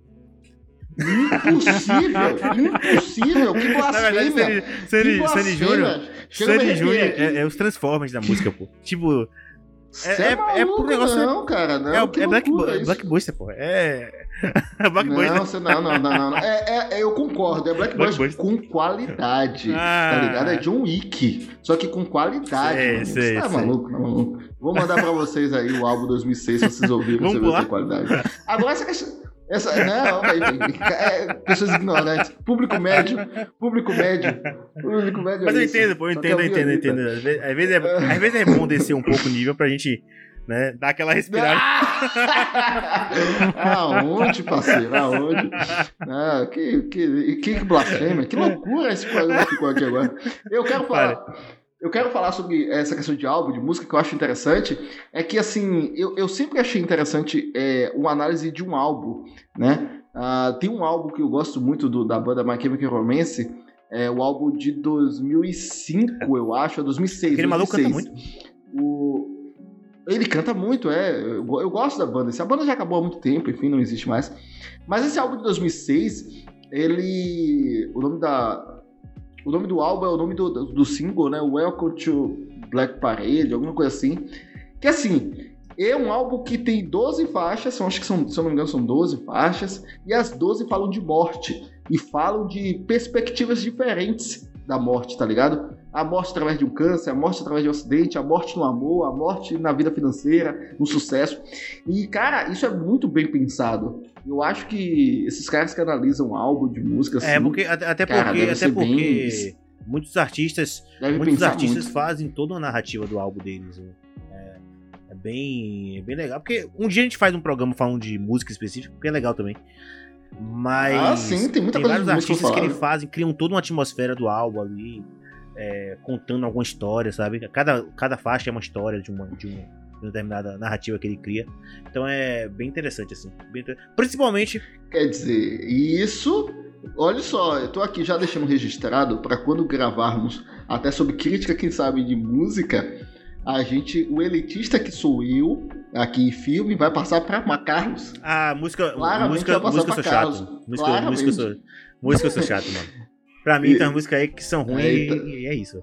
Impossível, que blasfêmia. Sandy Júnior é os Transformers da música, pô. Tipo, é pro negócio. Não, cara, não. É Blackbuster, pô. Blackbuster. Não. Eu concordo, é Blackbuster com qualidade. Tá ligado? É John Wick. Só que com qualidade. Você tá maluco? Não. Vou mandar pra vocês aí o álbum 2006, se vocês ouviram, você vê com qualidade. Agora essa questão. Pessoas ignorantes. Público médio. Mas eu entendo, pô, eu entendo. Às vezes é bom descer um pouco o nível pra gente, né, dar aquela respirada. Aonde, parceiro? Aonde? Que blasfêmia, que loucura esse programa que ficou aqui agora. Eu quero falar sobre essa questão de álbum, de música, que eu acho interessante, é que, assim, eu sempre achei interessante uma análise de um álbum, né? Tem um álbum que eu gosto muito da banda My Chemical Romance, o álbum de 2005, eu acho, 2006. Aquele maluco canta muito. Ele canta muito, eu gosto da banda. A banda já acabou há muito tempo, enfim, não existe mais. Mas esse álbum de 2006, o nome do álbum é o nome do single, né? Welcome to Black Parade, alguma coisa assim. Que, assim, é um álbum que tem 12 faixas, acho que se eu não me engano são 12 faixas, e as 12 falam de morte. E falam de perspectivas diferentes da morte, tá ligado? A morte através de um câncer, a morte através de um acidente, a morte no amor, a morte na vida financeira, no sucesso. E, cara, isso é muito bem pensado. Eu acho que esses caras que analisam álbum de música assim, até porque muitos artistas fazem toda a narrativa do álbum deles. É bem legal. Porque um dia a gente faz um programa falando de música específica, que é legal também. Mas sim, tem muita coisa vários artistas que ele criam toda uma atmosfera do álbum ali, contando alguma história, sabe? Cada faixa é uma história de uma determinada narrativa que ele cria. Então é bem interessante, assim. Principalmente... Quer dizer, isso... Olha só, eu tô aqui já deixando registrado para quando gravarmos até sobre crítica, quem sabe, de música, o elitista que sou eu, aqui em filme, vai passar pra Carlos. Música eu sou chato. Música eu sou chato, mano. Pra mim tem umas músicas aí que são ruins e é isso.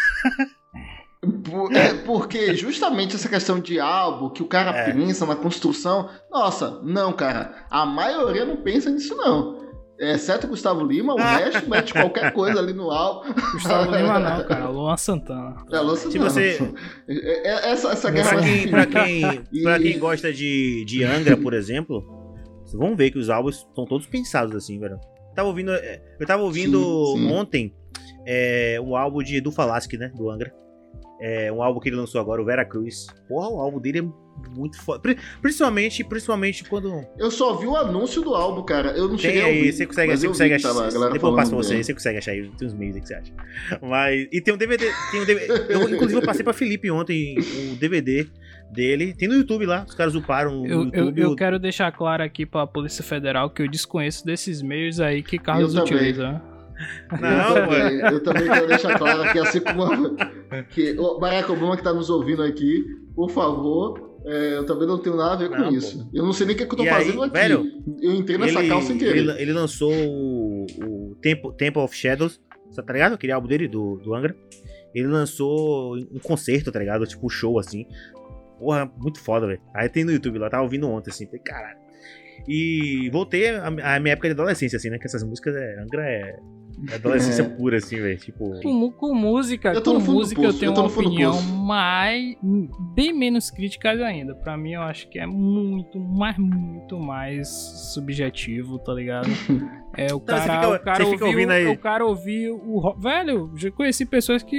Porque justamente essa questão de álbum, que o cara pensa na construção... Nossa, não, cara. A maioria não pensa nisso, não. Exceto Gustavo Lima, o resto mete qualquer coisa ali no álbum. Gustavo Lima não, cara. Luan Santana. Luan Santana. Essa guerra... Pra quem gosta de Angra, por exemplo, vocês vão ver que os álbuns estão todos pensados assim, velho. Eu tava ouvindo ontem um álbum de Edu Falaschi, né, do Angra. Um álbum que ele lançou agora, o Vera Cruz. Porra, o álbum dele é muito foda. Principalmente quando... Eu só vi o anúncio do álbum, cara. Eu não cheguei a ouvir. Você consegue achar. Depois eu passo pra você, você consegue achar aí. Tem uns meios aí que você acha. Mas... E tem um DVD... Inclusive, eu passei pra Felipe ontem o DVD dele. Tem no YouTube lá. Os caras uparam no YouTube. Eu quero deixar claro aqui pra Polícia Federal que eu desconheço desses meios aí que Carlos utiliza. Eu também quero deixar claro aqui, assim como o Barack Obama que tá nos ouvindo aqui, por favor, eu também não tenho nada a ver com isso. Eu não sei nem o que eu tô fazendo aqui. Velho, eu entrei nessa calça sem querer. Ele lançou o Temple of Shadows, tá ligado? Aquele álbum dele, do Angra. Ele lançou um concerto, tá ligado? Tipo um show, assim. Porra, muito foda, velho. Aí tem no YouTube lá, tava ouvindo ontem, assim. Falei, caralho. E voltei à minha época de adolescência, assim, né? Que essas músicas, Angra é adolescência pura, assim, velho. Tipo... Com música eu tenho uma opinião bem menos crítica ainda. Pra mim, eu acho que é muito mais subjetivo, tá ligado? O cara ouviu o... Velho, já conheci pessoas que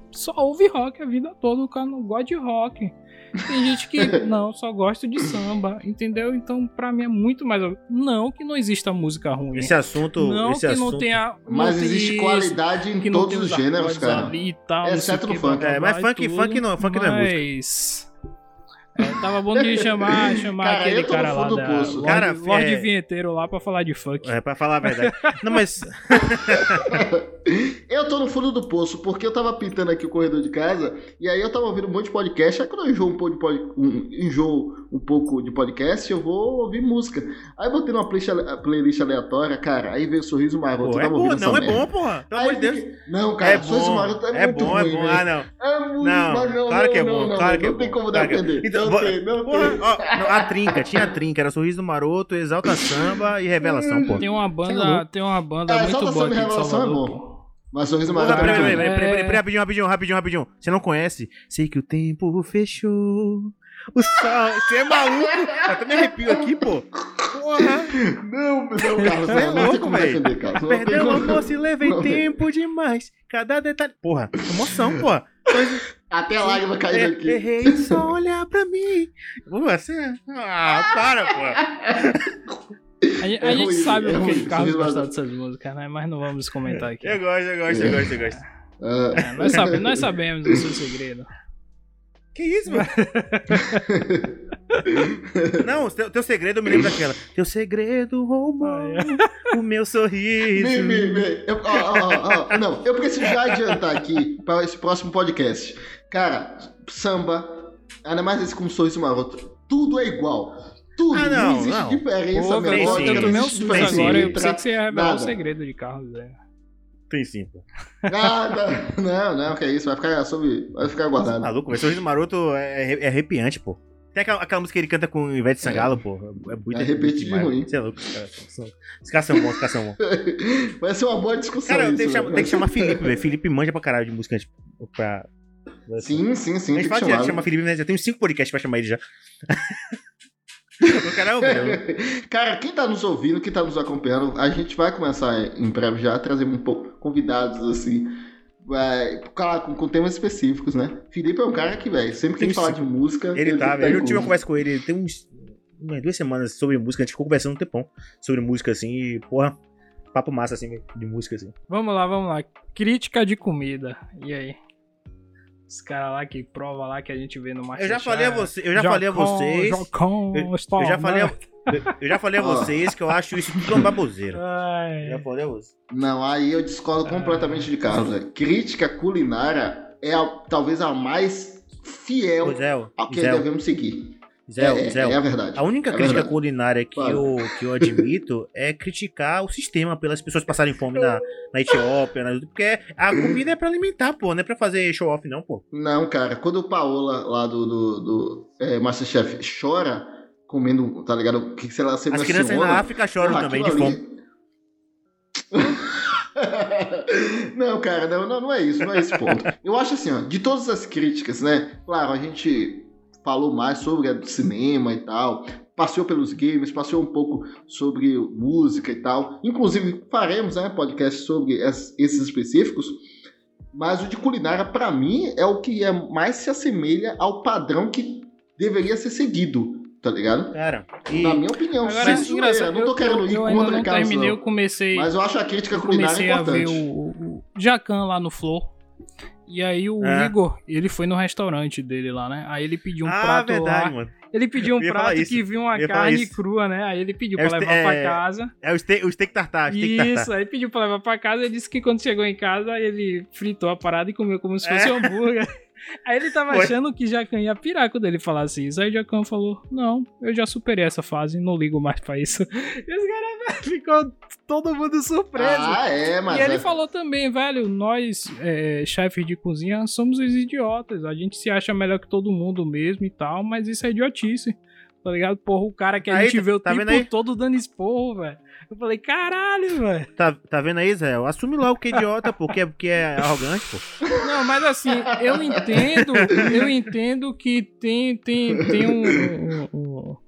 só ouve rock a vida toda, o cara não gosta de rock. Tem gente que não, só gosta de samba, entendeu? Então pra mim é muito mais... Não que não exista música ruim. Esse assunto... Não esse que assunto... não tenha... Mas não existe tem qualidade em que não todos tem os gêneros, cara. ali e tal, Exceto não no sei o funk. que, Mas blá, blá, funk não é música. Mas... tava bom de chamar Cara, aquele eu tô no cara lá fundo do poço. Lorde, Cara, Lorde Vinheteiro lá pra falar de funk. Pra falar a verdade. Não, mas... Eu tô no fundo do poço, porque eu tava pintando aqui o corredor de casa, e aí eu tava ouvindo um monte de podcast, aí quando eu enjoo um pouco de podcast, eu vou ouvir música. Aí eu botei numa playlist aleatória, cara, aí veio o Sorriso Maroto, eu tava ouvindo essa merda. Bom, porra. Pelo amor de Deus. Não, cara, Sorriso Maroto é muito bom, ruim, é bom. velho. Ah, não. É muito, Não, mas não, claro que é não, bom, não, claro que é não tem bom, como claro que é defender. Então, Não tem. A trinca, tinha a trinca, era Sorriso Maroto, Exalta Samba e Revelação, pô. Tem uma banda muito Exalta boa Samba e aqui de Revelação é Salvador, bom. pô. Mas Sorriso Porra, Maroto é muito peraí, rapidinho. Você não conhece? Sei que o tempo fechou. O sol. Você é maluco? Eu até me arrepio aqui, pô. Porra. Não, Carlos, não tem como defender, Carlos. Não tem Perdeu o como- amor, se levei não tem. tempo demais. Cada detalhe. Porra, emoção, pô. Até a lágrima caindo aqui. Errei só olhar pra mim. Você. Ah, para, pô. A gente ruim, sabe é porque ruim. o Carlos Sorriso gosta Maroto. dessas músicas, né? Mas não vamos comentar aqui. Eu gosto. Ah, Nós sabemos o seu segredo. Que isso, mano? Não, teu segredo eu me lembro daquela. Teu segredo roubou o meu sorriso. Não, eu preciso já adiantar aqui para esse próximo podcast. Cara, samba, ainda mais esse com Sorriso Maroto, tudo é igual. Tudo, Ah, não não, existe não. diferença Pô, tem melódica, sim. eu tomei um existe susto tem diferença agora, eu entre pensei que você ia revelar o nada. segredo de Carlos, velho. Tem sim, pô. Nada. Não, que é isso, vai ficar guardado. Maluco, mas Sorriso Maroto é arrepiante, pô. Tem aquela música que ele canta com o Ivete Sangalo, pô. É muito repetitivo demais. ruim. Você é louco, os caras são bons. Vai ser uma boa discussão Cara, isso, tem que chamar Felipe, velho. Felipe manja pra caralho de música, tipo, pra... Sim, A tem gente que fala direto, chamar. chama Felipe, né? Já tem uns 5 podcasts pra chamar ele já. O cara é o velho. Cara, quem tá nos ouvindo, quem tá nos acompanhando, a gente vai começar em breve já a trazer um pouco convidados, assim, claro, com temas específicos, né? Felipe é um cara que, velho, sempre que a gente fala de música... Ele tá, velho. Eu tive uma incluso. conversa com ele, tem umas 2 semanas sobre música, a gente ficou conversando um tempão sobre música, assim, e, porra, papo massa, assim, de música, assim. Vamos lá. Crítica de comida. E aí? Os caras lá que prova lá que a gente vê no Masterchef. Eu já falei a vocês. Eu já falei a vocês que eu acho isso tudo uma baboseira. Já falei a vocês. Não, aí eu discordo completamente de Carlos, velho. Crítica culinária é talvez a mais fiel Ô, Zé, ao que devemos seguir. Zé, É a verdade. a única É crítica verdade. culinária que, Claro. que eu admito é criticar o sistema pelas pessoas passarem fome na Etiópia, porque a comida é pra alimentar, pô, não é pra fazer show off, não, pô. Não, cara, quando o Paola lá do Masterchef chora comendo, tá ligado? Que sei lá, você As crianças na África choram também de fome. Não, cara, não é isso, não é esse ponto. Eu acho assim, ó, de todas as críticas, né? Claro, a gente falou mais sobre o cinema e tal, passeou pelos games, passeou um pouco sobre música e tal. Inclusive, faremos, né, podcast sobre esses específicos. Mas o de culinária, pra mim, é o que mais se assemelha ao padrão que deveria ser seguido, tá ligado? Cara, Na minha opinião, Agora, sem engraçado, zoeira, não tô querendo ir eu ainda contra não Carlos, terminei, não. eu comecei... Mas eu acho a crítica culinária comecei a ver importante. o Jacan lá no Flow. E aí o Igor, ele foi no restaurante dele lá, né? Aí ele pediu um prato verdade, lá. mano. Ele pediu um Eu ia falar prato isso. que viu uma Eu ia falar carne isso. crua, né? Aí ele pediu É pra o levar pra casa. É o steak tartar, Isso, aí pediu pra levar pra casa. Ele disse que quando chegou em casa, ele fritou a parada e comeu como se fosse um hambúrguer. Aí ele tava Foi. achando que Jacan ia pirar quando ele falasse isso. Aí Jacan falou, não, eu já superei essa fase, não ligo mais pra isso. E os caras ficou todo mundo surpreso. Mas E ele falou também, velho, nós, chefes de cozinha, somos os idiotas. A gente se acha melhor que todo mundo mesmo e tal, mas isso é idiotice. Tá ligado? Porra, o cara que a Aí, gente vê o tá vendo tempo aí? todo dando esporro, velho. Eu falei, caralho, velho. Tá vendo aí, Zé? Assume logo que é idiota, pô, que é arrogante, pô. Não, mas assim, eu entendo que tem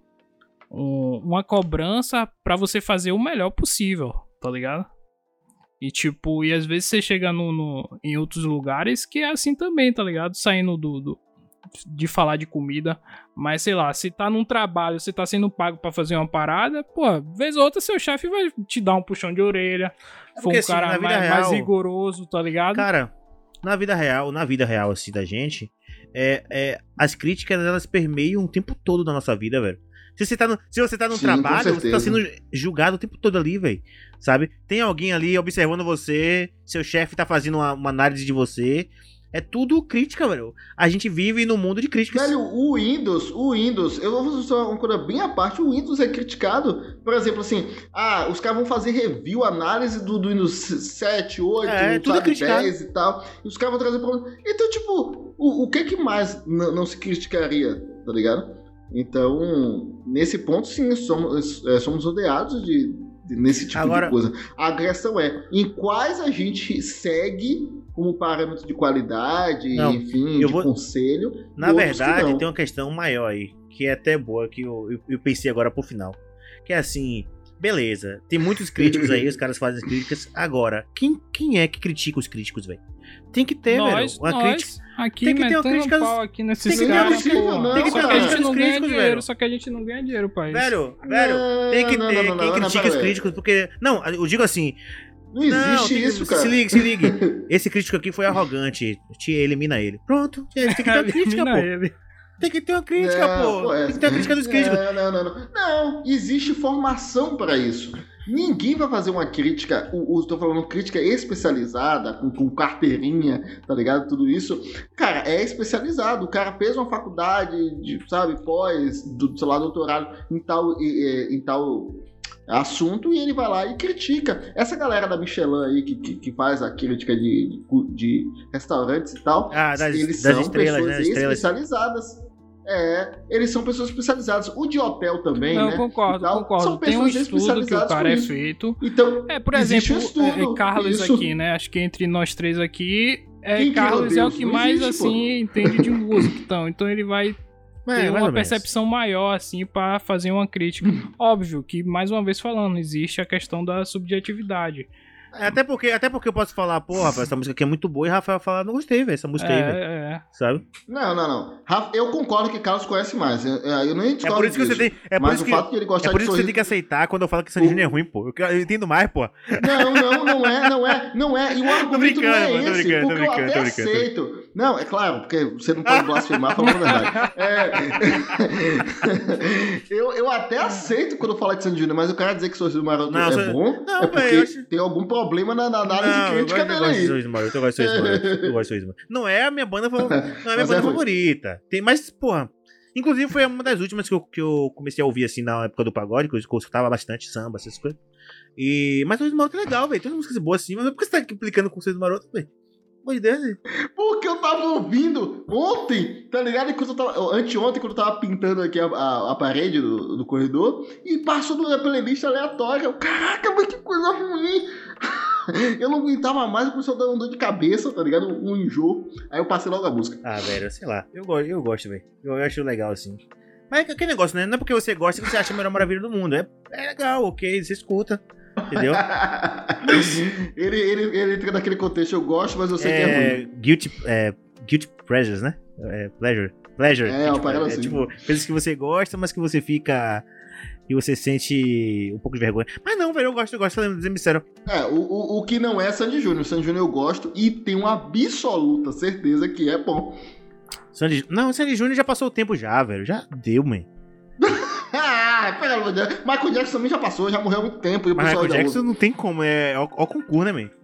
uma cobrança pra você fazer o melhor possível, tá ligado? E tipo, e às vezes você chega em outros lugares que é assim também, tá ligado? Saindo de falar de comida, mas sei lá, se tá num trabalho, você tá sendo pago pra fazer uma parada, pô, vez ou outra seu chefe vai te dar um puxão de orelha, for um assim, cara mais rigoroso, tá ligado? Cara, na vida real assim da gente, as críticas elas permeiam o tempo todo da nossa vida, velho. Se você tá no trabalho, você tá sendo julgado o tempo todo ali, velho. Sabe? Tem alguém ali observando você, seu chefe tá fazendo uma análise de você. É tudo crítica, velho. A gente vive num mundo de críticas. Velho, o Windows, eu vou fazer uma coisa bem à parte, o Windows é criticado. Por exemplo, assim, os caras vão fazer review, análise do Windows 7, 8, tudo sabe, criticado. 10 e tal. E os caras vão trazer problema. Então, tipo, o que mais não se criticaria, tá ligado? Então, nesse ponto, sim, somos rodeados nesse tipo de coisa. A questão é, em quais a gente segue como parâmetro de qualidade, conselho. Na verdade, tem uma questão maior aí, que é até boa, que eu pensei agora pro final. Que é assim, beleza, tem muitos críticos aí, os caras fazem críticas. Agora, quem é que critica os críticos, velho? Tem que ter, velho. Crítica. Aqui tem que ter uma crítica. Aqui nesses caras, pô. Tem que ter uma crítica dos críticos, velho. Só que a gente não ganha dinheiro pra isso. Velho, tem que ter quem critica os críticos, porque... Não, eu digo assim... Não existe isso, cara. Se ligue. Esse crítico aqui foi arrogante. Elimina ele. Pronto. Tem que ter uma crítica, pô. Tem que ter uma crítica, pô. Tem que ter uma crítica dos críticos. Não, existe formação pra isso. Ninguém vai fazer uma crítica, tô falando crítica especializada, com carteirinha, tá ligado? Tudo isso. Cara, é especializado. O cara fez uma faculdade, sei lá, doutorado em tal assunto e ele vai lá e critica. Essa galera da Michelin aí que faz a crítica de restaurantes e tal, eles são estrelas, pessoas especializadas. Eles são pessoas especializadas. O de hotel também, né? Eu concordo. São Tem um pessoas estudo que o cara é feito. Então, por exemplo, Carlos aqui, né? Acho que entre nós três aqui, Carlos é o que mais, assim, entende de música. Então ele vai ter uma percepção maior, assim, pra fazer uma crítica. Óbvio que, mais uma vez falando, existe a questão da subjetividade. Até porque eu posso falar, pô, Rafael, essa música aqui é muito boa, e Rafael falar, não gostei, velho, essa música aí, velho. Sabe? Não. Eu concordo que Carlos conhece mais. Eu nem discordo. É por isso que você tem. Mas o fato de ele gostar de É por isso que você tem que aceitar quando eu falo que Sandy Júnior é ruim, pô. Eu entendo mais, pô. Não é. E o argumento não é esse. Porque eu até aceito. Não, é claro, porque você não pode blasfemar falando a verdade. Eu até aceito quando eu falar de Sandy Júnior, mas eu quero dizer que Sorriso Maroto é bom. Não, é porque tem algum problema na análise crítica dele aí. Eu gosto de Sorriso Maroto. Não é a minha banda favorita. Tem mais, porra. Inclusive foi uma das últimas que eu comecei a ouvir assim na época do pagode, que eu escutava bastante samba, essas coisas. Mas Sorriso Maroto é legal, velho. Tem umas músicas boas assim, mas por que você tá implicando com Sorriso Maroto, velho? Porque eu tava ouvindo ontem, tá ligado? Anteontem, quando eu tava pintando aqui a parede do corredor, e passou na playlist aleatória. Caraca, mas que coisa ruim! Eu não aguentava mais, o pessoal dava uma dor de cabeça, tá ligado? Um enjoo. Aí eu passei logo a música. Velho, sei lá. Eu gosto, velho. Eu acho legal, assim. Mas é aquele negócio, né? Não é porque você gosta que você acha a melhor maravilha do mundo. É legal, ok, você escuta. Entendeu? ele entra naquele contexto, eu gosto, mas eu sei que é ruim. Guilty pleasures, né? Pleasure. Uma parada assim. Tipo, coisas que você gosta, mas que você fica... E você sente um pouco de vergonha. Mas não, velho, eu gosto, falando dizer sério. O que não é Sandy Júnior. Sandy Júnior eu gosto e tenho uma absoluta certeza que é bom. Sandy Júnior já passou o tempo já, velho. Já deu, man. Michael Jackson também já passou, já morreu há muito tempo. E o Michael Jackson não tem como, ó concurso, né, man?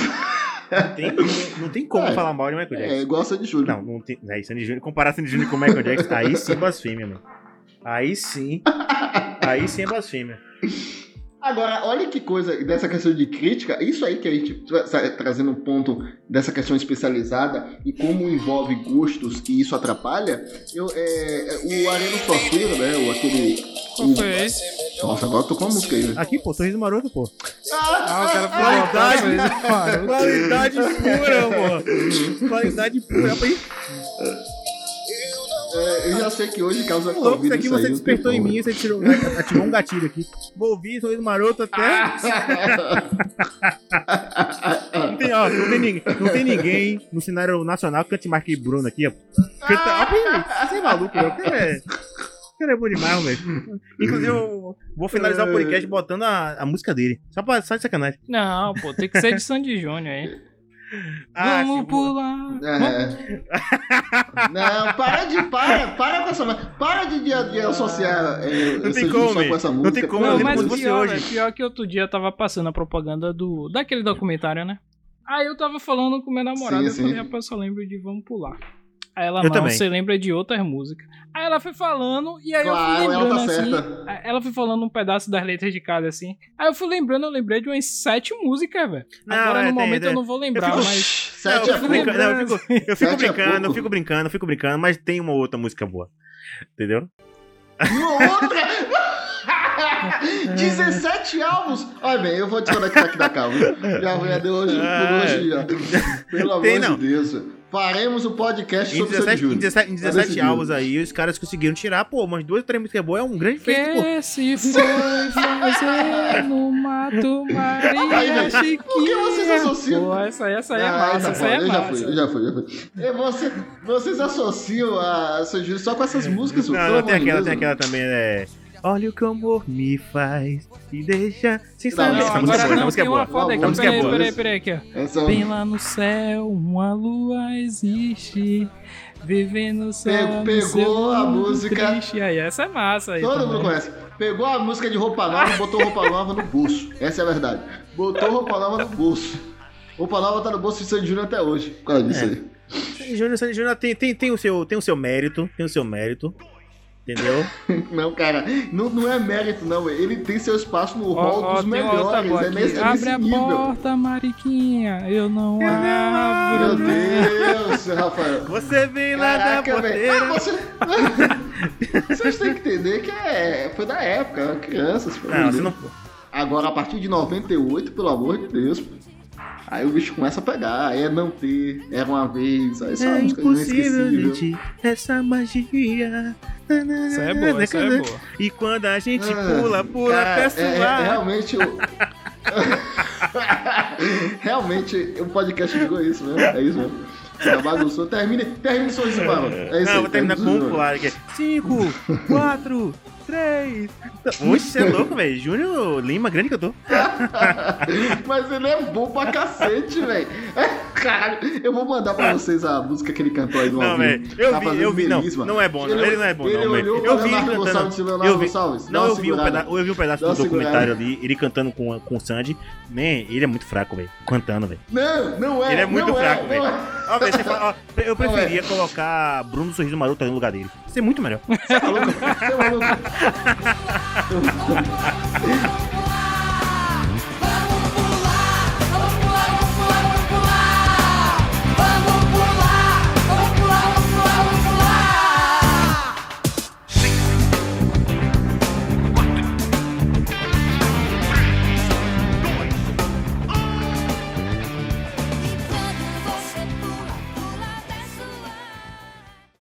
Não tem como falar mal de Michael Jackson. Igual Sandy Júnior. Não tem. Sandy Júnior, comparar Sandy Júnior com Michael Jackson, aí sim blasfêmia, mano. Aí sim é blasfêmia. Agora, olha que coisa dessa questão de crítica, isso aí que a gente trazendo um ponto dessa questão especializada e como envolve gostos e isso atrapalha, o Areno Tortura, né, Qual foi esse? Nossa, agora tocou uma música aí, né? Aqui, pô, Sorriso Maroto, pô. O cara foi qualidade pura, pô. Qualidade pura. Eu já sei que hoje causa Louco, Covid. isso aqui você despertou em mim, você ativou um gatilho aqui. Vou ouvir Sorriso Maroto até. Não tem ninguém no cenário nacional que cante mais que Bruno aqui, ó. Você é maluco, meu. Cara, é bom demais, velho. Inclusive, eu vou finalizar o podcast botando a música dele. Só de sacanagem. Não, pô, tem que ser de Sandy Júnior aí. Vamos pular. Não, para com essa. Para de associar não tem como, com essa música. Não tem como, não, eu mas você pior, hoje. Pior que outro dia tava passando a propaganda daquele documentário, né? Aí eu tava falando com minha namorada, eu falei, rapaz, só lembro de Vamos Pular. Aí ela, não, também. Você lembra de outras músicas. Aí ela foi falando, e aí eu fui lembrando ela tá assim. Certa. Ela foi falando um pedaço das letras de cada, assim. Aí eu fui lembrando, eu lembrei de umas 7 músicas, velho. Agora no momento eu não vou lembrar, mas. 7 é pouco. Eu fico brincando, mas tem uma outra música boa. Entendeu? Uma outra? 17 álbuns! Olha bem, eu vou desconectar aqui da calma. Já deu hoje, já. Pelo amor de Deus. Faremos um podcast sobre em 17 álbuns aí, os caras conseguiram tirar, pô, umas 2 ou 3 músicas boas, é um grande feito, pô. Que se foi fazer no mato, Maria Chiquinha. Por que vocês associam? Pô, essa aí é massa, essa aí é massa. Já foi. Vocês associam a São Júlio só com essas músicas? Não, tem aquela também, Olha o que o amor me faz e deixa sem saber. Essa música é boa. Peraí, aqui, ó. Bem lá no céu, uma lua existe. Viver no céu. Pegou a música. Triste. Aí, essa é massa aí. Todo mundo conhece. Pegou a música de Roupa Nova e botou Roupa Nova no bolso. Essa é a verdade. Botou Roupa Nova no bolso. Roupa Nova tá no bolso de Sandy Júnior até hoje. Por causa disso aí. Sandy Júnior tem o seu mérito. Entendeu? Não, cara, não é mérito, não. Ele tem seu espaço no hall dos melhores. Abre a porta, Mariquinha. Eu não abro. Meu Deus, Rafael. Você vem lá da porteira. Vocês têm que entender que foi da época, crianças. Agora, a partir de 98, pelo amor de Deus, aí o bicho começa a pegar, aí não ter, era uma vez, aí só impossível, gente, essa magia. Isso é boa, isso é boa. E quando a gente pula, pessoal. Realmente, o podcast jogou isso mesmo, é isso mesmo. Já bagunçou, termine o sorriso, mano. É isso aí. Vou terminar com um pular aqui. 5, 4, 3. Oxe, você é louco, velho. Júnior Lima, grande cantor. Mas ele é bom pra cacete, velho. Caralho, eu vou mandar pra vocês a música que ele cantou aí no Não, velho. Eu vi. Não é bom. Ele não é bom, não, velho. Eu vi ele cantando. Eu vi um pedaço do documentário ali, ele cantando com o Sandy. Man, ele é muito fraco, velho. Cantando, velho. Não é. Ele é muito fraco, velho. Eu preferia colocar Bruno Sorriso Maroto no lugar dele. Isso é muito melhor. Você é maluco?